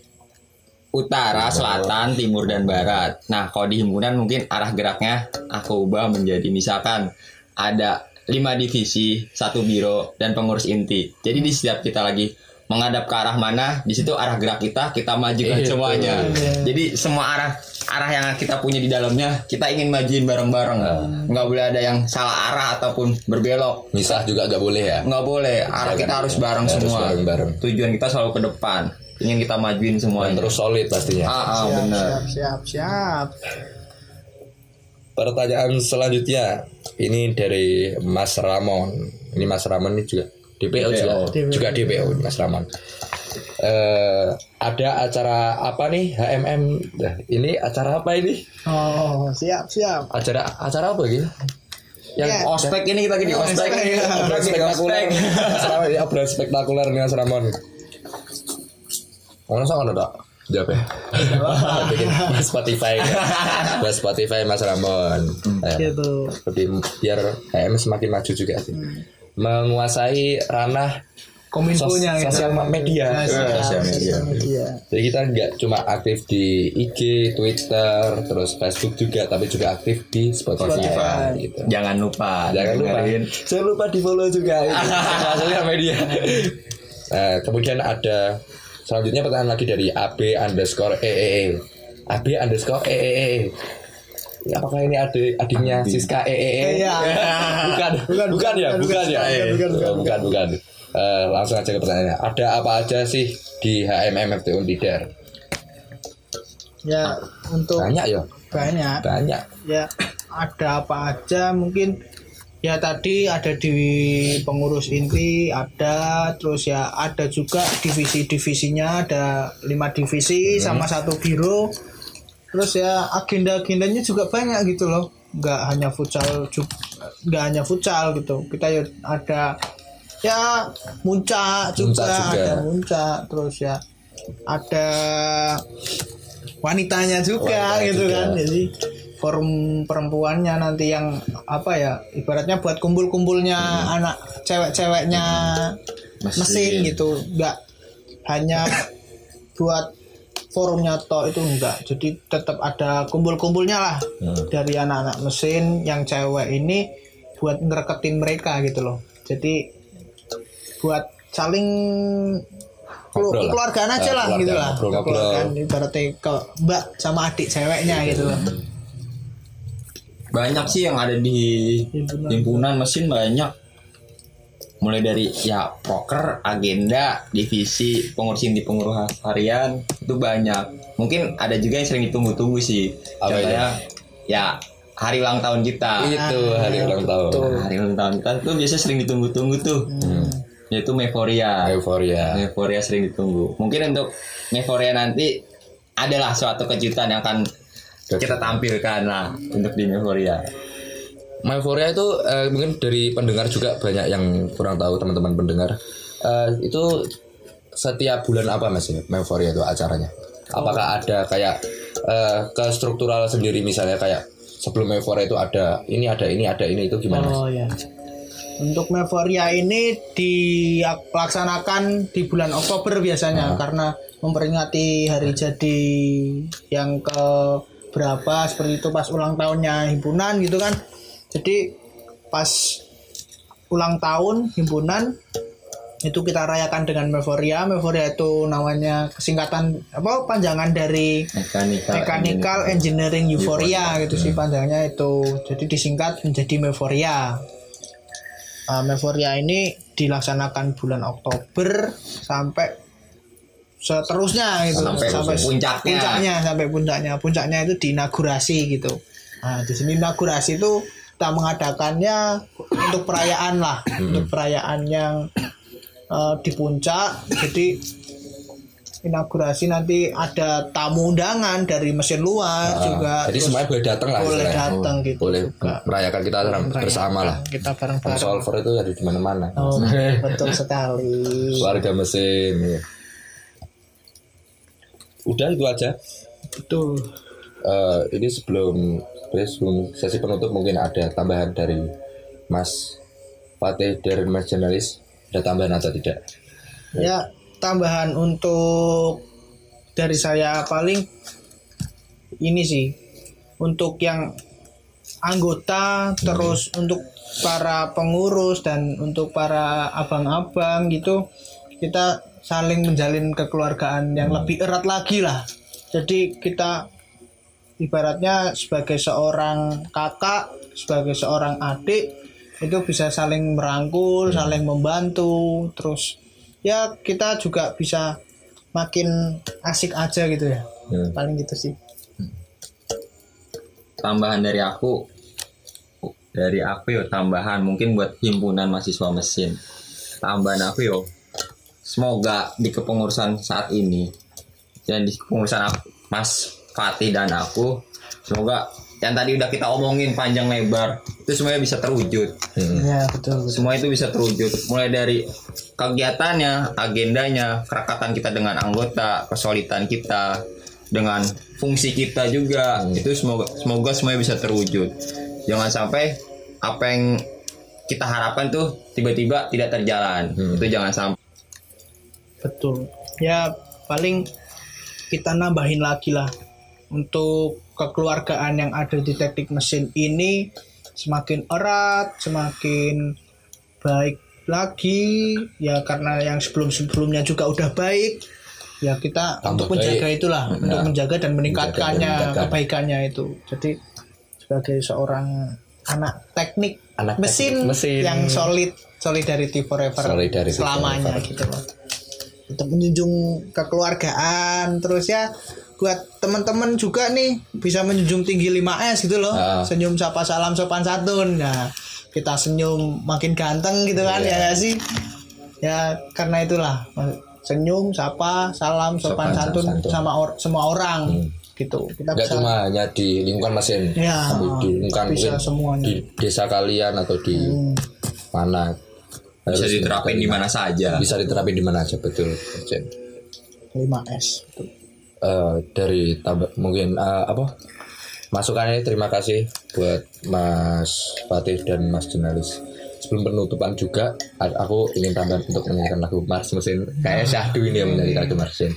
utara, selatan, timur dan barat. Nah, kalau di himpunan mungkin arah geraknya aku ubah menjadi misalkan ada lima divisi, satu biro dan pengurus inti. Jadi di setiap kita lagi menghadap ke arah mana, di situ arah gerak kita kita majukan eh, semuanya. Eh. Jadi semua arah arah yang kita punya di dalamnya kita ingin majuin bareng-bareng. Hmm. Nggak boleh ada yang salah arah ataupun berbelok. Misah juga nggak boleh ya. Nggak boleh. Arah kita harus bareng harus semua. Bareng-bareng. Tujuan kita selalu ke depan. Ingin kita majuin semuanya. Dan terus solid pastinya. Ah, ah, siap, benar. Siap, siap, siap. Pertanyaan selanjutnya ini dari Mas Ramon. Ini Mas Ramon ini juga D P O, D P O. juga, D P O. juga D P O Mas Ramon. Uh, ada acara apa nih H M M? Nah, ini acara apa ini? Oh, siap, siap. Acara acara apa gitu? Yang yeah. ospek ini kita lagi di ospek. Obrolan spektakuler. Ini obrolan spektakuler nih Mas Ramon. Ono sama ada jawab ya. Bikin Spotify. Buat Spotify Mas Ramon. Gitu. Lebih biar H M M semakin maju juga sih. Hmm. Menguasai ranah kominfonya Sos- sosial media. Nah, uh, sosial media. media. Jadi kita nggak cuma aktif di I G, Twitter, terus Facebook juga, tapi juga aktif di Spotify. Spotify. Gitu. Jangan lupa, jangan lupa, jangan lupa di follow juga sosial media. Nah, kemudian ada selanjutnya pertanyaan lagi dari A B underscore E E E. A B underscore E E E. Apakah ini adik adiknya Adi. Siska E E E? Iya. Bukan, bukan, bukan ya, bukan ya. Bukan, bukan, bukan, bukan. Uh, langsung aja ke pertanyaannya. Ada apa aja sih di H M M F T Untidar? Ya, untuk banyak ya. Banyak. Banyak. Ya, ada apa aja mungkin ya tadi ada di pengurus inti ada, terus ya ada juga divisi-divisinya, ada lima divisi hmm. sama satu biro. Terus ya agenda-agendanya juga banyak gitu loh. Enggak hanya futsal juga, enggak hanya futsal gitu. Kita ya ada ya muncak juga, muncak juga, ada muncak, terus ya ada wanitanya juga wanita gitu juga. Kan. Jadi forum perempuannya nanti yang apa ya, ibaratnya buat kumpul-kumpulnya hmm. anak cewek-ceweknya mesin, mesin gitu, enggak hanya buat forumnya toh, itu enggak. Jadi tetap ada kumpul-kumpulnya lah hmm. dari anak-anak mesin yang cewek ini buat ngereketin mereka gitu loh. Jadi buat saling ngobrol keluargaan aja lah, keluarga, gitu lah. Keluargaan ibaratnya ke mbak sama adik ceweknya gitu loh. Banyak sih yang ada di himpunan, himpunan mesin banyak. Mulai dari ya proker, agenda, divisi, pengurus di pengurus harian itu banyak. Mungkin ada juga yang sering ditunggu-tunggu sih. Apa contohnya ya hari ulang tahun kita. Itu hari ulang tahun. Nah, hari ulang tahun kita tuh biasanya sering ditunggu-tunggu tuh. Hmm. Yaitu Meforia. Meforia. Meforia sering ditunggu. Mungkin untuk Meforia nanti adalah suatu kejutan yang akan kita tampilkan lah untuk di Meforia. Meforia itu uh, mungkin dari pendengar juga banyak yang kurang tahu, teman-teman pendengar. Uh, itu setiap bulan apa Mas Meforia itu acaranya? Apakah ada kayak uh, ke struktural sendiri, misalnya kayak sebelum Meforia itu ada ini ada ini ada ini, itu gimana? Oh ya. Untuk Meforia ini dilaksanakan di bulan Oktober biasanya, uh. karena memperingati hari jadi yang ke berapa seperti itu, pas ulang tahunnya himpunan gitu kan. Jadi pas ulang tahun himpunan itu kita rayakan dengan Meforia. Meforia itu namanya kesingkatan apa panjangan dari Mechanical, Mechanical Engineering, Engineering Euphoria, Euphoria gitu hmm. sih panjangnya itu. Jadi disingkat menjadi Meforia. Uh, Meforia ini dilaksanakan bulan Oktober sampai seterusnya gitu, sampai, sampai puncaknya. puncaknya sampai puncaknya puncaknya itu diinaugurasi gitu. Nah, di sini inaugurasi itu kita mengadakannya untuk perayaan lah, hmm. untuk perayaan yang uh, di puncak. Jadi inaugurasi nanti ada tamu undangan dari mesin luar nah, juga. Jadi semuanya boleh datang lah. Boleh datang gitu. Boleh juga. Merayakan kita merayakan bersama lah. Kita bareng-bareng. Solver itu ada di mana-mana. Oh, betul sekali. Warga mesin. Ya. Udah itu aja. Betul. Uh, ini sebelum sebelum sesi penutup mungkin ada tambahan dari Mas Fatih dari Mas Jurnalis. Ada tambahan atau tidak? Ya, tambahan untuk dari saya paling ini sih untuk yang anggota, hmm. terus untuk para pengurus dan untuk para abang-abang gitu, kita saling menjalin kekeluargaan yang hmm. lebih erat lagi lah. Jadi kita ibaratnya sebagai seorang kakak, sebagai seorang adik itu bisa saling merangkul, hmm. saling membantu, terus ya kita juga bisa makin asik aja gitu ya. Hmm. Paling gitu sih. Tambahan dari aku, dari aku yo tambahan mungkin buat himpunan mahasiswa mesin. Tambahan aku yo, semoga di kepengurusan saat ini dan di kepengurusan aku, Mas Fatih dan aku, semoga yang tadi udah kita omongin panjang lebar itu semuanya bisa terwujud. Hmm. Ya, betul, betul. Semua itu bisa terwujud, mulai dari kegiatannya, agendanya, kerekatan kita dengan anggota, kesulitan kita dengan fungsi kita juga. Hmm. Itu semoga semoga semuanya bisa terwujud. Jangan sampai apa yang kita harapkan tuh tiba-tiba tidak terjalan. Hmm. Itu jangan sampai. Betul. Ya paling kita nambahin lagi lah, untuk kekeluargaan yang ada di teknik mesin ini semakin erat, semakin baik lagi ya, karena yang sebelum-sebelumnya juga udah baik ya, kita tambah untuk menjaga baik. Itulah nah, untuk menjaga dan meningkatkannya, menjaga, kebaikannya itu. Jadi sebagai seorang anak teknik anak mesin, teknik mesin yang solid, solidarity forever, solidarity selamanya forever. Gitu loh. Untuk menjunjung kekeluargaan, terus ya buat teman-teman juga nih bisa menjunjung tinggi lima S gitu loh. Uh. Senyum sapa salam sopan santun. Nah, kita senyum makin ganteng gitu kan, yeah. Ya gak sih? Ya karena itulah senyum, sapa, salam, sopan, sopan santun, santun sama or- semua orang. Hmm. Gitu. Kita nggak bisa, cuma hanya di lingkungan mesin, ya, di lingkungan mungkin di desa kalian atau di hmm. mana. Bisa diterapin di mana saja. Bisa diterapin di mana aja, betul. lima S. Betul. Uh, dari tambah mungkin uh, apa masukannya, terima kasih buat Mas Fatih dan Mas Jurnalis. Sebelum penutupan juga aku ingin tambah untuk menyanyikan lagu Mars Mesin. Kayak Syahdu ini yang menyanyikan lagu Mars Mesin.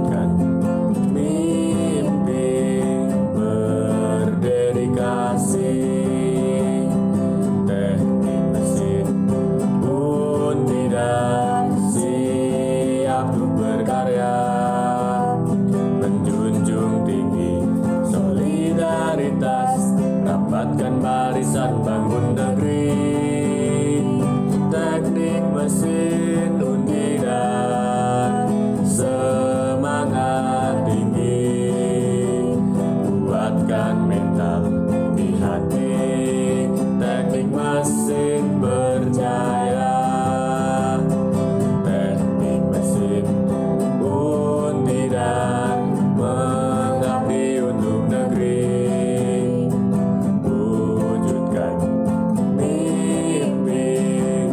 See bangun negeri, teknik mesin Undidan, semangat tinggi, kuatkan mental di hati, teknik mesin berjaya, teknik mesin Undidan mengabdi untuk negeri, wujudkan mimpi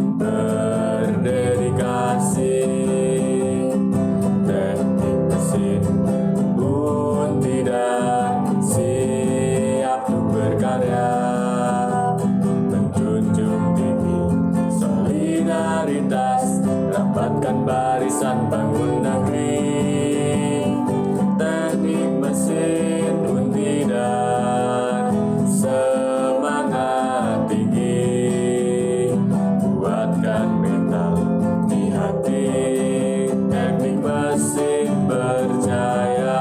berdedikasi, teknik mesin Undidan siap untuk berkarya, menjunjung tinggi solidaritas, rapatkan barisan bangun negeri, teknik mesin Undidan, semangat tinggi, kuatkan mental di hati, teknik mesin berjaya.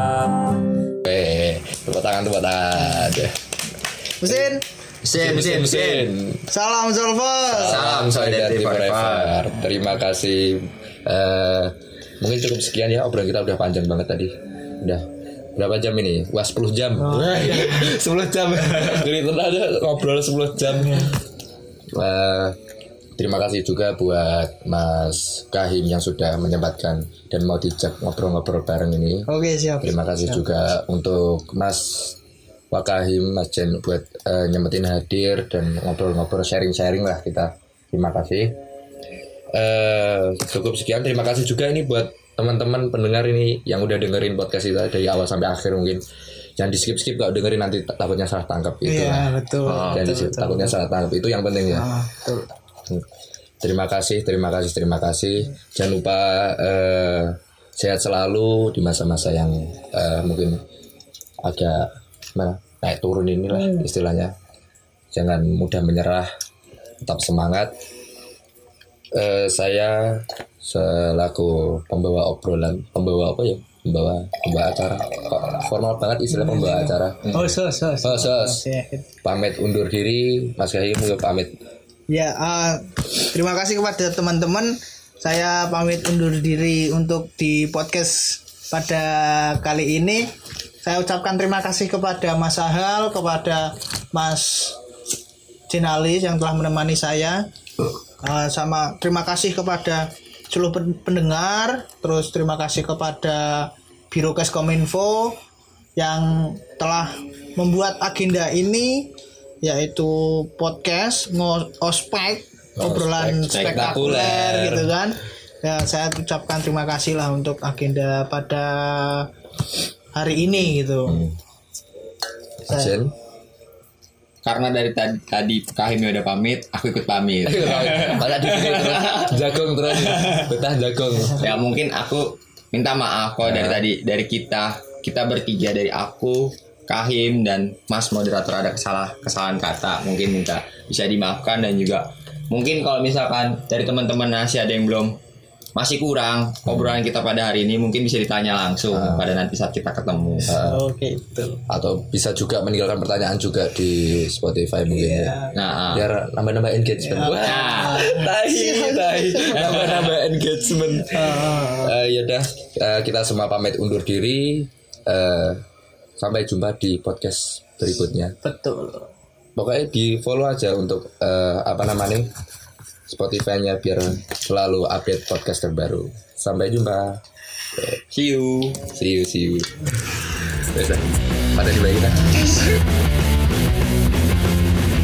Eh, tepuk tangan, tepuk tangan. Mesin. Mesin, mesin, mesin. Salam Solver. Salam Solidarity Forever. Terima kasih. Eh, mungkin cukup sekian ya, obrolan kita udah panjang banget tadi. Udah berapa jam ini? Wah, sepuluh jam. Oh, iya. sepuluh jam. Jadi ada ngobrol sepuluh jam. Eh, terima kasih juga buat Mas Kahim yang sudah menyempatkan dan mau dijak ngobrol-ngobrol bareng ini. Oke, siap. Terima kasih Siap. juga untuk Mas Wakahim, Mas Jen buat uh, nyempetin hadir dan ngobrol-ngobrol, sharing-sharing lah kita. Terima kasih. Uh, cukup sekian. Terima kasih juga ini buat teman-teman pendengar ini yang udah dengerin podcast kita dari awal sampai akhir mungkin. Jangan di skip-skip kalau dengerin nanti takutnya salah tangkap gitu. Iya, lah. betul. Oh, dan betul, betul, takutnya betul. salah tangkap itu yang penting ya. Ah, betul. Terima kasih, terima kasih, terima kasih. Jangan lupa uh, sehat selalu di masa-masa yang uh, mungkin agak mana naik turun inilah istilahnya. Jangan mudah menyerah, tetap semangat. Uh, saya selaku pembawa obrolan, pembawa apa ya? Pembawa pembawa acara. Kok formal banget istilah pembawa acara. Oh, sos, sos. Oh, sos. Oke. Pamit undur diri, Mas Kahim juga pamit. Ya, uh, terima kasih kepada teman-teman. Saya pamit undur diri untuk di podcast pada kali ini. Saya ucapkan terima kasih kepada Mas Sahal, kepada Mas Jinalis yang telah menemani saya. Uh, sama terima kasih kepada seluruh pendengar. Terus terima kasih kepada Birokes Kominfo yang telah membuat agenda ini, yaitu podcast ngospek, obrolan spektakuler, spektakuler gitu kan. Ya, saya ucapkan terima kasih lah untuk agenda pada hari ini gitu. Hmm. Saya, Karena dari tadi, tadi Kahim udah pamit, aku ikut pamit. Malah di sini terus jagung terus betah jagung. Ya mungkin aku minta maaf kalau dari tadi dari kita kita bertiga, dari aku, Kahim dan Mas moderator ada kesalah kesalahan kata, mungkin minta bisa dimaafkan. Dan juga mungkin kalau misalkan dari teman-teman masih ada yang belum masih kurang obrolan kita pada hari ini, mungkin bisa ditanya langsung uh, pada nanti saat kita ketemu. Uh, Oke, okay, betul. Atau bisa juga meninggalkan pertanyaan juga di Spotify mungkin yeah. ya. Nah, biar nambah-nambah engagement. Yeah. Wah, tahi, tahi. Nambah-nambah engagement. Uh, ya udah, uh, kita semua pamit undur diri. Uh, sampai jumpa di podcast berikutnya. Betul. Pokoknya di follow aja untuk uh, apa namanya Spotify-nya biar selalu update podcast terbaru. Sampai jumpa. See you. See you, see you. Bisa. Pada di kita.